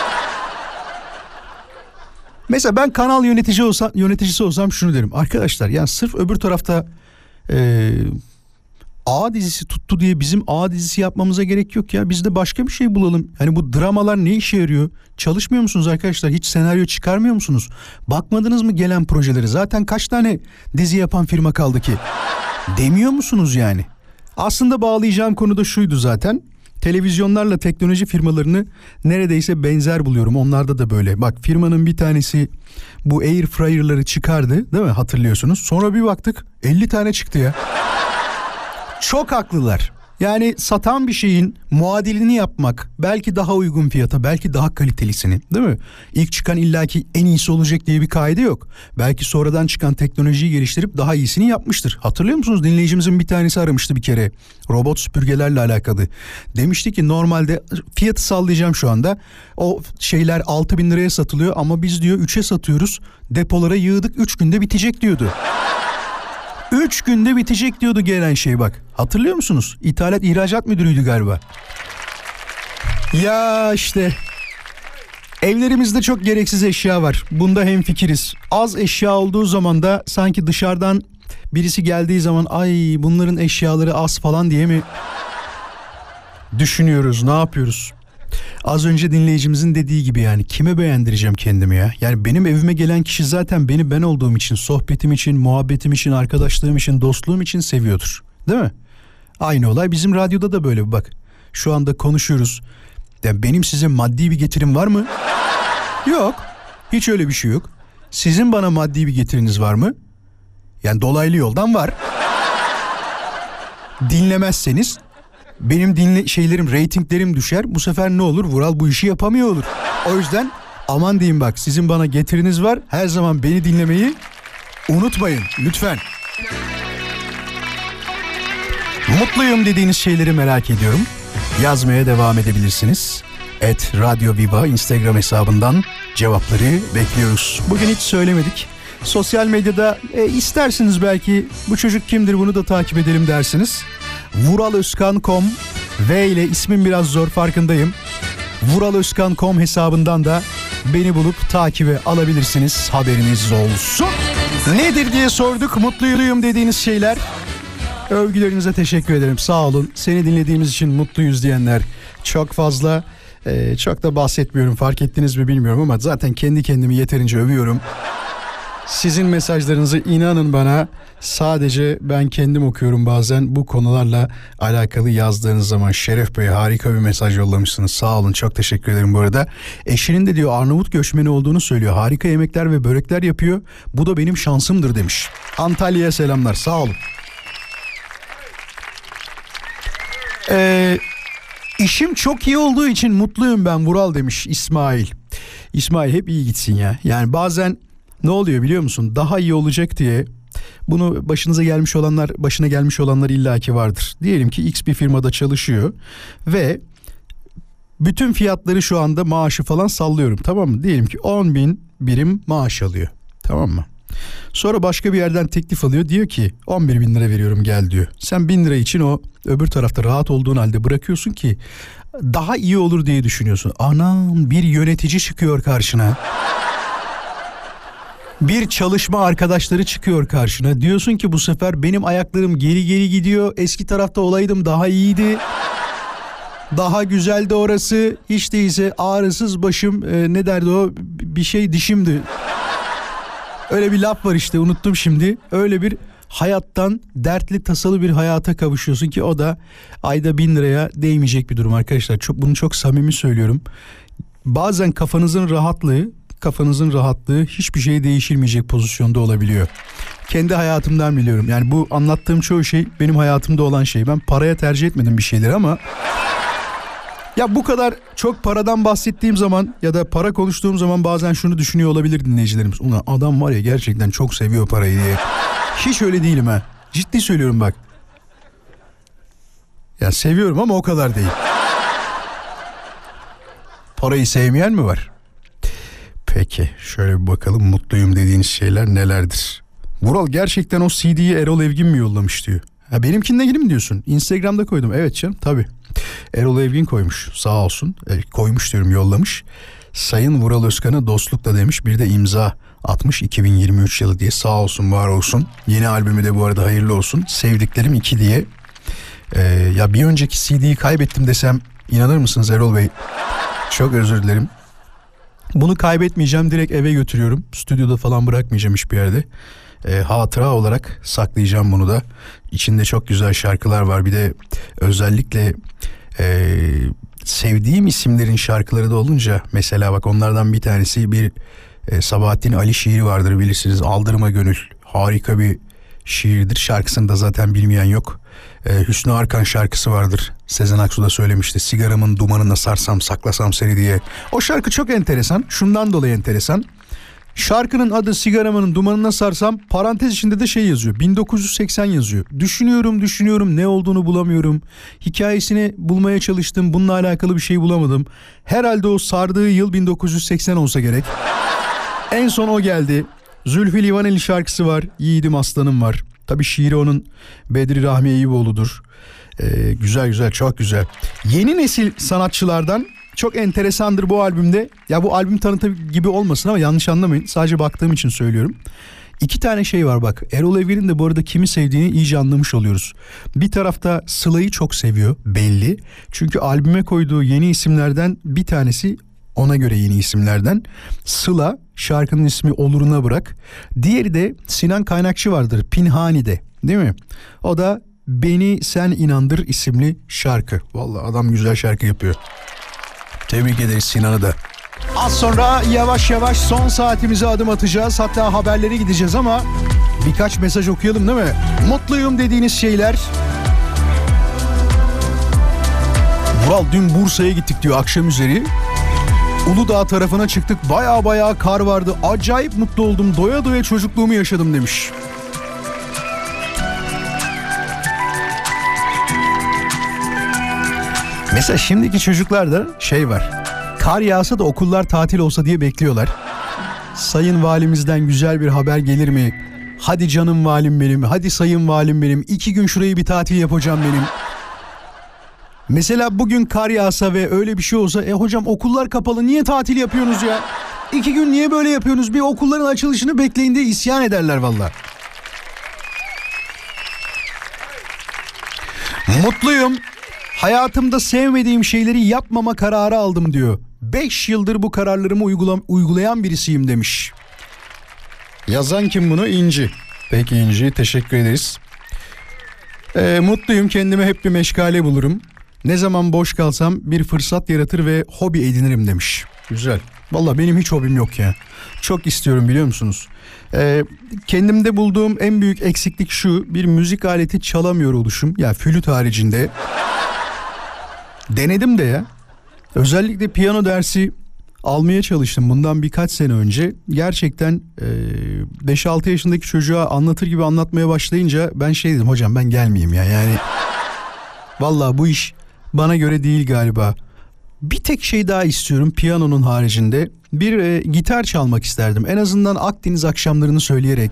Mesela ben kanal yöneticisi olsam şunu derim. Arkadaşlar ya sırf öbür tarafta A dizisi tuttu diye bizim A dizisi yapmamıza gerek yok ya. Biz de başka bir şey bulalım. Hani bu dramalar ne işe yarıyor? Çalışmıyor musunuz arkadaşlar? Hiç senaryo çıkarmıyor musunuz? Bakmadınız mı gelen projeleri? Zaten kaç tane dizi yapan firma kaldı ki? Demiyor musunuz yani? Aslında bağlayacağım konu da şuydu zaten. Televizyonlarla teknoloji firmalarını neredeyse benzer buluyorum. Onlarda da böyle. Bak firmanın bir tanesi bu air fryer'ları çıkardı, değil mi? Hatırlıyorsunuz. Sonra bir baktık 50 tane çıktı ya. Çok haklılar. Yani satan bir şeyin muadilini yapmak, belki daha uygun fiyata, belki daha kalitelisini, değil mi? İlk çıkan illaki en iyisi olacak diye bir kaide yok. Belki sonradan çıkan teknolojiyi geliştirip daha iyisini yapmıştır. Hatırlıyor musunuz? Dinleyicimizin bir tanesi aramıştı bir kere. Robot süpürgelerle alakalı. Demişti ki normalde fiyatı sallayacağım şu anda. O şeyler 6.000 liraya satılıyor ama biz diyor 3'e satıyoruz. Depolara yığdık, 3 günde bitecek diyordu. 3 günde bitecek diyordu gelen şey bak. Hatırlıyor musunuz? İthalat ihracat müdürüydü galiba. Ya işte evlerimizde çok gereksiz eşya var. Bunda hemfikiriz. Az eşya olduğu zaman da sanki dışarıdan birisi geldiği zaman ay bunların eşyaları az falan diye mi düşünüyoruz, ne yapıyoruz? Az önce dinleyicimizin dediği gibi yani kime beğendireceğim kendimi ya? Yani benim evime gelen kişi zaten beni ben olduğum için, sohbetim için, muhabbetim için, arkadaşlığım için, dostluğum için seviyordur. Değil mi? Aynı olay bizim radyoda da böyle bak. Şu anda konuşuyoruz. Yani benim size maddi bir getirim var mı? Yok. Hiç öyle bir şey yok. Sizin bana maddi bir getiriniz var mı? Yani dolaylı yoldan var. Dinlemezseniz benim reytinglerim düşer. Bu sefer ne olur? Vural bu işi yapamıyor olur. O yüzden aman diyeyim bak, sizin bana getiriniz var. Her zaman beni dinlemeyi unutmayın lütfen. Mutluyum dediğiniz şeyleri merak ediyorum. Yazmaya devam edebilirsiniz. @Radyo Viva Instagram hesabından cevapları bekliyoruz. Bugün hiç söylemedik. Sosyal medyada isterseniz belki bu çocuk kimdir bunu da takip edelim dersiniz. Vuralozkan.com V ile ismim biraz zor farkındayım. Vuralozkan.com hesabından da beni bulup takibe alabilirsiniz. Haberiniz olsun. Nedir diye sorduk. Mutluyum dediğiniz şeyler. Övgülerinize teşekkür ederim. Sağ olun. Seni dinlediğimiz için mutluyuz diyenler çok fazla. Çok da bahsetmiyorum. Fark ettiniz mi bilmiyorum ama zaten kendi kendimi yeterince övüyorum. Sizin mesajlarınızı inanın bana sadece ben kendim okuyorum bazen bu konularla alakalı yazdığınız zaman. Şeref Bey harika bir mesaj yollamışsınız. Sağ olun, çok teşekkür ederim bu arada. Eşinin de diyor Arnavut göçmeni olduğunu söylüyor. Harika yemekler ve börekler yapıyor. Bu da benim şansımdır demiş. Antalya'ya selamlar, sağ olun. İşim çok iyi olduğu için mutluyum ben Vural demiş İsmail. İsmail hep iyi gitsin ya. Yani bazen ne oluyor biliyor musun? Daha iyi olacak diye bunu başına gelmiş olanlar illaki vardır. Diyelim ki X bir firmada çalışıyor ve bütün fiyatları şu anda maaşı falan sallıyorum, tamam mı? Diyelim ki 10.000 birim maaş alıyor, tamam mı? Sonra başka bir yerden teklif alıyor, diyor ki 11.000 lira veriyorum gel diyor. Sen 1.000 lira için o öbür tarafta rahat olduğun halde bırakıyorsun ki daha iyi olur diye düşünüyorsun. Anam, bir yönetici çıkıyor karşına. Bir çalışma arkadaşları çıkıyor karşına. Diyorsun ki bu sefer benim ayaklarım geri geri gidiyor. Eski tarafta olaydım daha iyiydi. Daha güzeldi orası. Hiç değilse ağrısız başım ne derdi o, bir şey dişimdi. Öyle bir laf var işte, unuttum şimdi. Öyle bir hayattan dertli tasalı bir hayata kavuşuyorsun ki o da ayda 1.000 liraya değmeyecek bir durum arkadaşlar. Bunu çok samimi söylüyorum. Bazen kafanızın rahatlığı hiçbir şey değişilmeyecek pozisyonda olabiliyor. Kendi hayatımdan biliyorum. Yani bu anlattığım çoğu şey benim hayatımda olan şey. Ben paraya tercih etmedim bir şeyler ama Ya bu kadar çok paradan bahsettiğim zaman ya da para konuştuğum zaman bazen şunu düşünüyor olabilir dinleyicilerimiz. Ulan adam var ya gerçekten çok seviyor parayı diye. Hiç öyle değilim ha. Ciddi söylüyorum bak. Ya seviyorum ama o kadar değil. Parayı sevmeyen mi var? Peki şöyle bir bakalım mutluyum dediğiniz şeyler nelerdir? Vural gerçekten o CD'yi Erol Evgin mi yollamış diyor. Ha benimkinde ilgili mi diyorsun? Instagram'da koydum. Evet canım tabii. Erol Evgin koymuş sağ olsun. Koymuş diyorum yollamış. Sayın Vural Özkan'a dostlukla demiş. Bir de imza atmış 2023 yılı diye. Sağ olsun var olsun. Yeni albümü de bu arada hayırlı olsun. Sevdiklerim 2 diye. Ya bir önceki CD'yi kaybettim desem inanır mısınız Erol Bey? Çok özür dilerim. Bunu kaybetmeyeceğim, direkt eve götürüyorum. Stüdyoda falan bırakmayacağım hiçbir yerde. Hatıra olarak saklayacağım bunu da. İçinde çok güzel şarkılar var. Bir de özellikle sevdiğim isimlerin şarkıları da olunca mesela bak onlardan bir tanesi bir Sabahattin Ali şiiri vardır bilirsiniz. Aldırma Gönül. Harika bir şiirdir. Şarkısını da zaten bilmeyen yok. Hüsnü Arkan şarkısı vardır. Sezen Aksu da söylemişti. Sigaramın dumanına sarsam saklasam seni diye. O şarkı çok enteresan. Şundan dolayı enteresan. Şarkının adı Sigaramın dumanına sarsam, parantez içinde de şey yazıyor. 1980 yazıyor. Düşünüyorum ne olduğunu bulamıyorum. Hikayesini bulmaya çalıştım. Bununla alakalı bir şey bulamadım. Herhalde o sardığı yıl 1980 olsa gerek. En son o geldi. Zülfü Livaneli şarkısı var. Yiğidim aslanım var. Tabii şiiri onun Bedri Rahmi Eyüboğlu'dur. Güzel çok güzel. Yeni nesil sanatçılardan çok enteresandır bu albümde. Ya bu albüm tanıtım gibi olmasın ama yanlış anlamayın. Sadece baktığım için söylüyorum. 2 tane şey var bak. Erol Evgin'in de bu arada kimi sevdiğini iyice anlamış oluyoruz. Bir tarafta Sıla'yı çok seviyor belli. Çünkü albüme koyduğu yeni isimlerden bir tanesi, ona göre yeni isimlerden Sıla, şarkının ismi Oluruna Bırak. Diğeri de Sinan Kaynakçı vardır Pinhani'de, değil mi? O da Beni Sen İnandır isimli şarkı. Vallahi adam güzel şarkı yapıyor. Tebrik ederiz Sinan'ı da. Az sonra yavaş yavaş son saatimize adım atacağız. Hatta haberlere gideceğiz ama birkaç mesaj okuyalım değil mi? Mutluyum dediğiniz şeyler. Vural dün Bursa'ya gittik diyor akşam üzeri. Uludağ tarafına çıktık. Baya kar vardı. Acayip mutlu oldum. Doya doya çocukluğumu yaşadım demiş. Mesela şimdiki çocuklarda şey var. Kar yağsa da okullar tatil olsa diye bekliyorlar. Sayın Valimizden güzel bir haber gelir mi? Hadi canım valim benim. Hadi sayın valim benim. 2 gün şurayı bir tatil yapacağım benim. Mesela bugün kar yağsa ve öyle bir şey olsa hocam okullar kapalı niye tatil yapıyorsunuz ya? 2 gün niye böyle yapıyorsunuz? Bir okulların açılışını bekleyin diye isyan ederler valla. Mutluyum. Hayatımda sevmediğim şeyleri yapmama kararı aldım diyor. 5 yıldır bu kararlarımı uygulayan birisiyim demiş. Yazan kim bunu? İnci. Peki İnci, teşekkür ederiz. Mutluyum, kendime hep bir meşgale bulurum. Ne zaman boş kalsam bir fırsat yaratır ve hobi edinirim demiş. Güzel. Vallahi benim hiç hobim yok ya. Çok istiyorum biliyor musunuz? Kendimde bulduğum en büyük eksiklik şu: bir müzik aleti çalamıyor oluşum. Ya flüt haricinde. Denedim de ya. Özellikle piyano dersi almaya çalıştım bundan birkaç sene önce. Gerçekten 5-6 yaşındaki çocuğa anlatır gibi anlatmaya başlayınca ben şey dedim, hocam ben gelmeyeyim ya. Yani vallahi bu iş bana göre değil galiba. Bir tek şey daha istiyorum piyanonun haricinde. Bir gitar çalmak isterdim. En azından Akdeniz akşamlarını söyleyerek.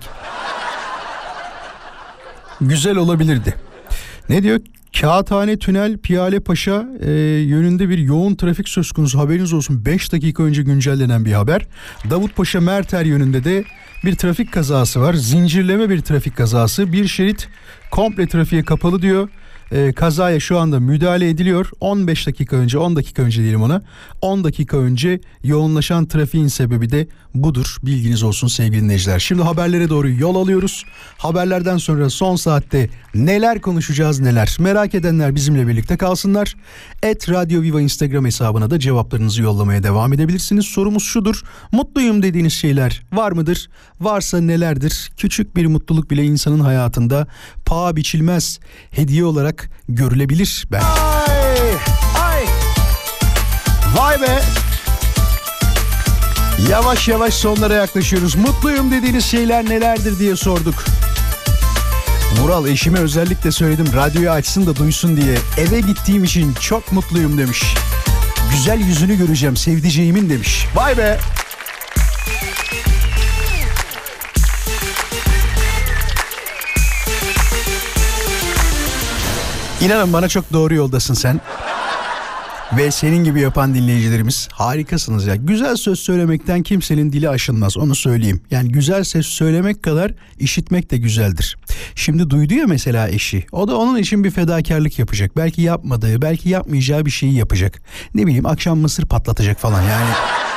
Güzel olabilirdi. Ne diyor? Kağıthane Tünel Piyalepaşa yönünde bir yoğun trafik söz konusu, haberiniz olsun. 5 dakika önce güncellenen bir haber. Davutpaşa Merter yönünde de bir trafik kazası var. Zincirleme bir trafik kazası. Bir şerit komple trafiğe kapalı diyor. Kazaya şu anda müdahale ediliyor. 15 dakika önce, 10 dakika önce diyelim ona. 10 dakika önce yoğunlaşan trafiğin sebebi de budur. Bilginiz olsun sevgili dinleyiciler. Şimdi haberlere doğru yol alıyoruz. Haberlerden sonra son saatte neler konuşacağız neler. Merak edenler bizimle birlikte kalsınlar. @Radyo Viva Instagram hesabına da cevaplarınızı yollamaya devam edebilirsiniz. Sorumuz şudur: mutluyum dediğiniz şeyler var mıdır? Varsa nelerdir? Küçük bir mutluluk bile insanın hayatında paha biçilmez hediye olarak görülebilir. Yavaş yavaş sonlara yaklaşıyoruz. Mutluyum dediğiniz şeyler nelerdir diye sorduk. Vural eşime özellikle söyledim radyoyu açsın da duysun diye. Eve gittiğim için çok mutluyum demiş. Güzel yüzünü göreceğim sevdiceğimin demiş. Vay be. İnanın bana çok doğru yoldasın sen. Ve senin gibi yapan dinleyicilerimiz harikasınız ya. Güzel söz söylemekten kimsenin dili aşınmaz, onu söyleyeyim. Yani güzel söz söylemek kadar işitmek de güzeldir. Şimdi duydu ya mesela eşi. O da onun için bir fedakarlık yapacak. Belki yapmadığı, belki yapmayacağı bir şeyi yapacak. Ne bileyim akşam mısır patlatacak falan yani.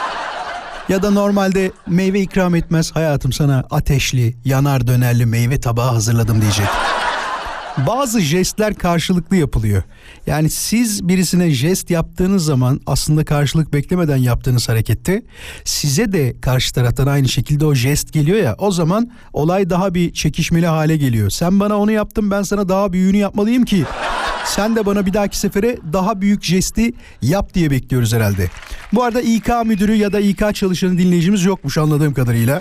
Ya da normalde meyve ikram etmez. Hayatım sana ateşli, yanar dönerli meyve tabağı hazırladım diyecek. Bazı jestler karşılıklı yapılıyor. Yani siz birisine jest yaptığınız zaman aslında karşılık beklemeden yaptığınız harekette size de karşı taraftan aynı şekilde o jest geliyor ya, o zaman olay daha bir çekişmeli hale geliyor. Sen bana onu yaptın, ben sana daha büyüğünü yapmalıyım ki sen de bana bir dahaki sefere daha büyük jesti yap diye bekliyoruz herhalde. Bu arada İK müdürü ya da İK çalışanı dinleyicimiz yokmuş anladığım kadarıyla.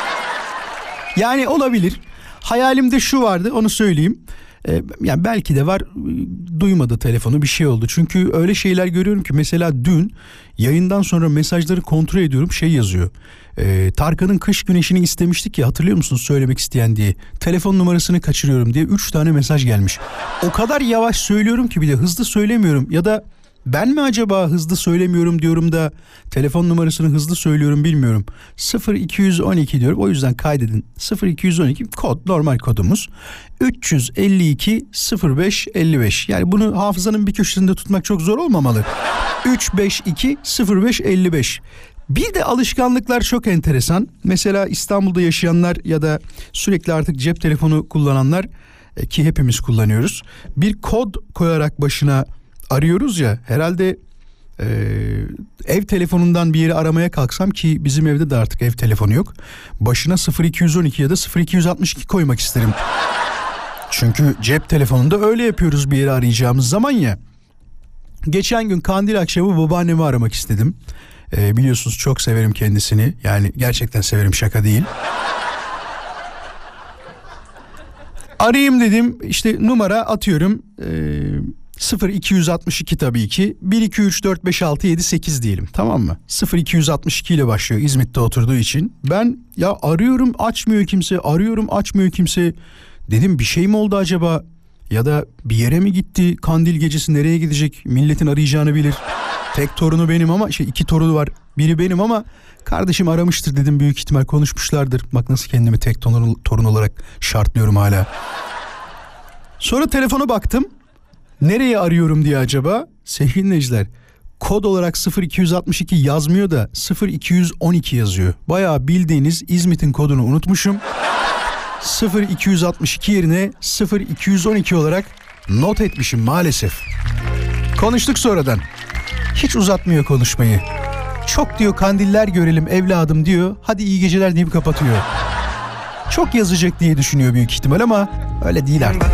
Yani olabilir. Hayalimde şu vardı, onu söyleyeyim. Yani belki de var, duymadı telefonu, bir şey oldu. Çünkü öyle şeyler görüyorum ki mesela dün yayından sonra mesajları kontrol ediyorum, şey yazıyor. Tarkan'ın Kış Güneşi'ni istemiştik ya, hatırlıyor musunuz söylemek isteyen diye. Telefon numarasını kaçırıyorum diye 3 tane mesaj gelmiş. O kadar yavaş söylüyorum ki bir de hızlı söylemiyorum ya da ben mi acaba hızlı söylemiyorum diyorum da telefon numarasını hızlı söylüyorum bilmiyorum. 0212 diyorum, o yüzden kaydedin. 0212 kod, normal kodumuz. 352 05 55. Yani bunu hafızanın bir köşesinde tutmak çok zor olmamalı. 352 05 55. Bir de alışkanlıklar çok enteresan. Mesela İstanbul'da yaşayanlar ya da sürekli artık cep telefonu kullananlar, ki hepimiz kullanıyoruz, bir kod koyarak başına arıyoruz ya, herhalde ev telefonundan bir yeri aramaya kalksam, ki bizim evde de artık ev telefonu yok, başına 0212 ya da 0262 koymak isterim. Çünkü cep telefonunda öyle yapıyoruz bir yeri arayacağımız zaman ya. Geçen gün kandil akşamı babaannemi aramak istedim. Biliyorsunuz çok severim kendisini, yani gerçekten severim, şaka değil. Arayayım dedim, işte numara atıyorum 0262 tabii ki 1 2 3 4 5 6 7 8 diyelim, tamam mı? 0262 ile başlıyor İzmit'te oturduğu için. Ben ya arıyorum açmıyor kimse, arıyorum açmıyor kimse. Dedim bir şey mi oldu acaba? Ya da bir yere mi gitti? Kandil gecesi nereye gidecek? Milletin arayacağını bilir. Tek torunu benim ama 2 torunu var. Biri benim ama kardeşim aramıştır dedim, büyük ihtimal konuşmuşlardır. Bak nasıl kendimi tek torun olarak şartlıyorum hala. Sonra telefona baktım. Nereye arıyorum diye acaba? Sevgili dinleyiciler, kod olarak 0262 yazmıyor da 0212 yazıyor. Bayağı bildiğiniz İzmit'in kodunu unutmuşum. 0262 yerine 0212 olarak not etmişim maalesef. Konuştuk sonradan. Hiç uzatmıyor konuşmayı. Çok diyor kandiller görelim evladım diyor. Hadi iyi geceler deyip kapatıyor. Çok yazacak diye düşünüyor büyük ihtimal ama öyle değil artık.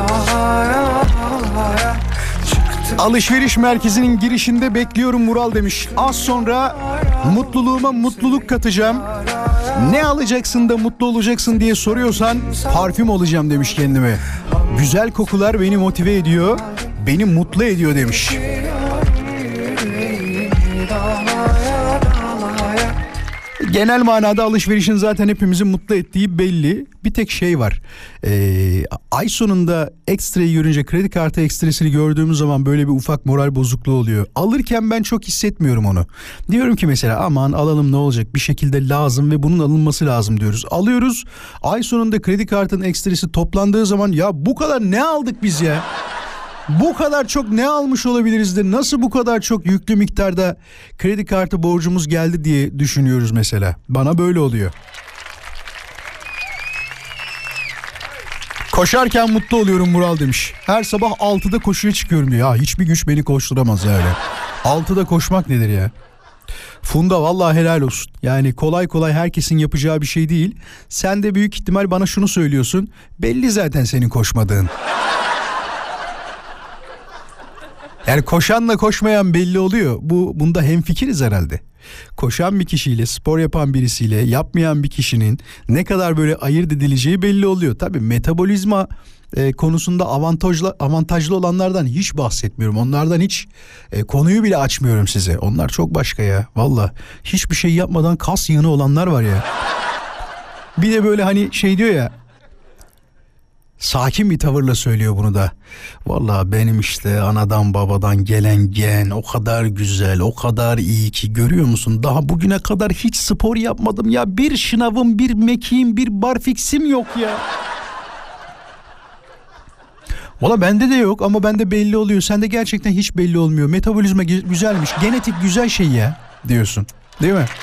Alışveriş merkezinin girişinde bekliyorum Vural demiş. Az sonra mutluluğuma mutluluk katacağım. Ne alacaksın da mutlu olacaksın diye soruyorsan parfüm alacağım demiş kendime. Güzel kokular beni motive ediyor, beni mutlu ediyor demiş. Genel manada alışverişin zaten hepimizi mutlu ettiği belli. Bir tek şey var. Ay sonunda ekstrayı görünce, kredi kartı ekstresini gördüğümüz zaman böyle bir ufak moral bozukluğu oluyor. Alırken ben çok hissetmiyorum onu. Diyorum ki mesela aman alalım ne olacak, bir şekilde lazım ve bunun alınması lazım diyoruz. Alıyoruz. Ay sonunda kredi kartının ekstresi toplandığı zaman ya bu kadar ne aldık biz ya? Bu kadar çok ne almış olabiliriz de nasıl bu kadar çok yüklü miktarda kredi kartı borcumuz geldi diye düşünüyoruz mesela. Bana böyle oluyor. Koşarken mutlu oluyorum Mural demiş. Her sabah 6'da koşuya çıkıyorum diyor. Ya hiçbir güç beni koşturamaz ya öyle. 6'da koşmak nedir ya? Funda vallahi helal olsun. Yani kolay kolay herkesin yapacağı bir şey değil. Sen de büyük ihtimal bana şunu söylüyorsun. Belli zaten senin koşmadığın. Yani koşanla koşmayan belli oluyor. Bunda hemfikiriz herhalde. Koşan bir kişiyle, spor yapan birisiyle yapmayan bir kişinin ne kadar böyle ayırt edileceği belli oluyor. Tabii metabolizma konusunda avantajlı olanlardan hiç bahsetmiyorum. Onlardan hiç konuyu bile açmıyorum size. Onlar çok başka ya. Valla hiçbir şey yapmadan kas yığını olanlar var ya. Bir de böyle hani şey diyor ya, sakin bir tavırla söylüyor bunu da. Vallahi benim işte anadan babadan gelen gen o kadar güzel, o kadar iyi ki, görüyor musun? Daha bugüne kadar hiç spor yapmadım ya. Bir şınavım, bir mekiğim, bir barfiksim yok ya. Valla bende de yok ama bende belli oluyor. Sende gerçekten hiç belli olmuyor. Metabolizma güzelmiş, genetik güzel şey ya diyorsun. Değil mi?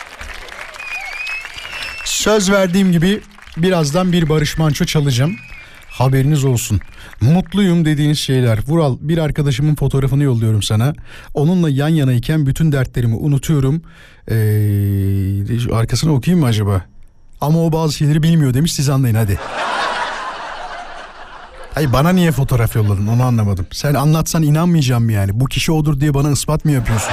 Söz verdiğim gibi birazdan bir Barış Manço çalacağım. Haberiniz olsun. Mutluyum dediğiniz şeyler. Vural, bir arkadaşımın fotoğrafını yolluyorum sana. Onunla yan yanayken bütün dertlerimi unutuyorum. Arkasını okuyayım mı acaba? Ama o bazı şeyleri bilmiyor demiş, siz anlayın hadi. Hayır, bana niye fotoğraf yolladın onu anlamadım. Sen anlatsan inanmayacağım yani. Bu kişi odur diye bana ispat mı yapıyorsun?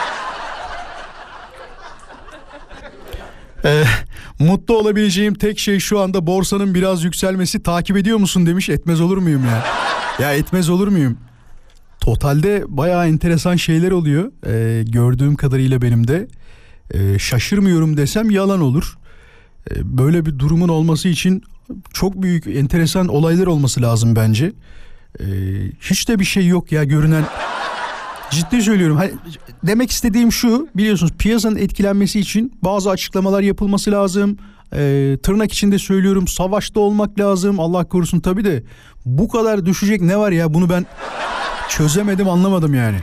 Mutlu olabileceğim tek şey şu anda borsanın biraz yükselmesi. Takip ediyor musun demiş. Etmez olur muyum ya? Ya etmez olur muyum? Totalde bayağı enteresan şeyler oluyor. Gördüğüm kadarıyla benim de. Şaşırmıyorum desem yalan olur. Böyle bir durumun olması için çok büyük enteresan olaylar olması lazım bence. Hiç de bir şey yok ya görünen. Ciddi söylüyorum. Hani demek istediğim şu, biliyorsunuz piyasanın etkilenmesi için bazı açıklamalar yapılması lazım. Tırnak içinde söylüyorum, savaşta olmak lazım. Allah korusun tabii de bu kadar düşecek ne var ya, bunu ben çözemedim, anlamadım yani.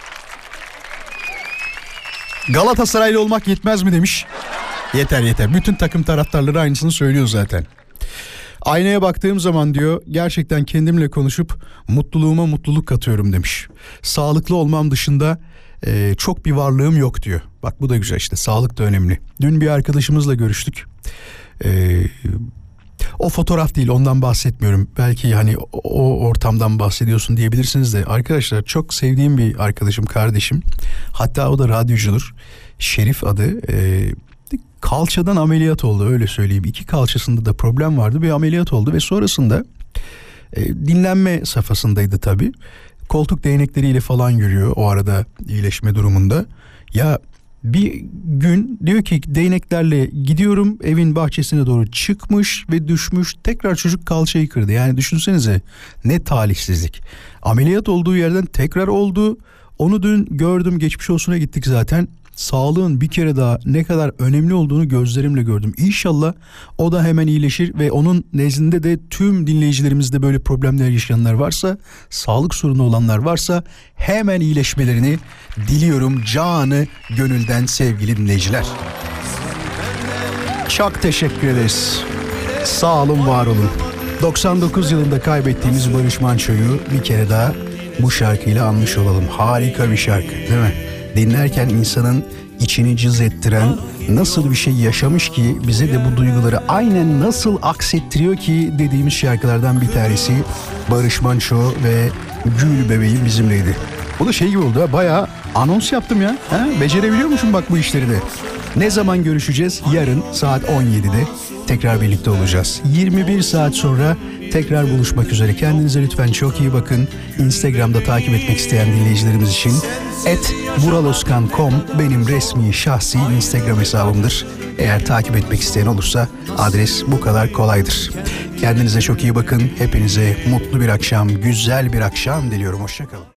Galatasaraylı olmak yetmez mi demiş. Yeter. Bütün takım taraftarları aynısını söylüyor zaten. Aynaya baktığım zaman diyor, gerçekten kendimle konuşup mutluluğuma mutluluk katıyorum demiş. Sağlıklı olmam dışında çok bir varlığım yok diyor. Bak bu da güzel işte, sağlık da önemli. Dün bir arkadaşımızla görüştük. O fotoğraf değil, ondan bahsetmiyorum. Belki hani o ortamdan bahsediyorsun diyebilirsiniz de. Arkadaşlar çok sevdiğim bir arkadaşım, kardeşim. Hatta o da radyocudur. Şerif adı. Kalçadan ameliyat oldu, öyle söyleyeyim. 2 kalçasında da problem vardı, bir ameliyat oldu ve sonrasında dinlenme safhasındaydı tabii. Koltuk değnekleriyle falan yürüyor o arada iyileşme durumunda. Ya bir gün diyor ki değneklerle gidiyorum, evin bahçesine doğru çıkmış ve düşmüş, tekrar çocuk kalçayı kırdı. Yani düşünsenize ne talihsizlik. Ameliyat olduğu yerden tekrar oldu. Onu dün gördüm, geçmiş olsuna gittik zaten. Sağlığın bir kere daha ne kadar önemli olduğunu gözlerimle gördüm. İnşallah o da hemen iyileşir ve onun nezdinde de tüm dinleyicilerimizde böyle problemler yaşayanlar varsa, sağlık sorunu olanlar varsa hemen iyileşmelerini diliyorum canı gönülden sevgili dinleyiciler. Çok teşekkür ederiz. Sağ olun, var olun. 99 yılında kaybettiğimiz Barış Manço'yu bir kere daha bu şarkıyla anmış olalım. Harika bir şarkı, değil mi? Dinlerken insanın içini cız ettiren, nasıl bir şey yaşamış ki bize de bu duyguları aynen nasıl aksettiriyor ki dediğimiz şarkılardan bir tanesi Barış Manço ve Gül Bebeğim bizimleydi. Bu da şey gibi oldu ha, bayağı anons yaptım ya. Becerebiliyormuşum bak bu işleri de. Ne zaman görüşeceğiz? Yarın saat 17'de tekrar birlikte olacağız. 21 saat sonra tekrar buluşmak üzere. Kendinize lütfen çok iyi bakın. Instagram'da takip etmek isteyen dinleyicilerimiz için @vuraloskan.com benim resmi şahsi Instagram hesabımdır. Eğer takip etmek isteyen olursa adres bu kadar kolaydır. Kendinize çok iyi bakın. Hepinize mutlu bir akşam, güzel bir akşam diliyorum. Hoşça kalın.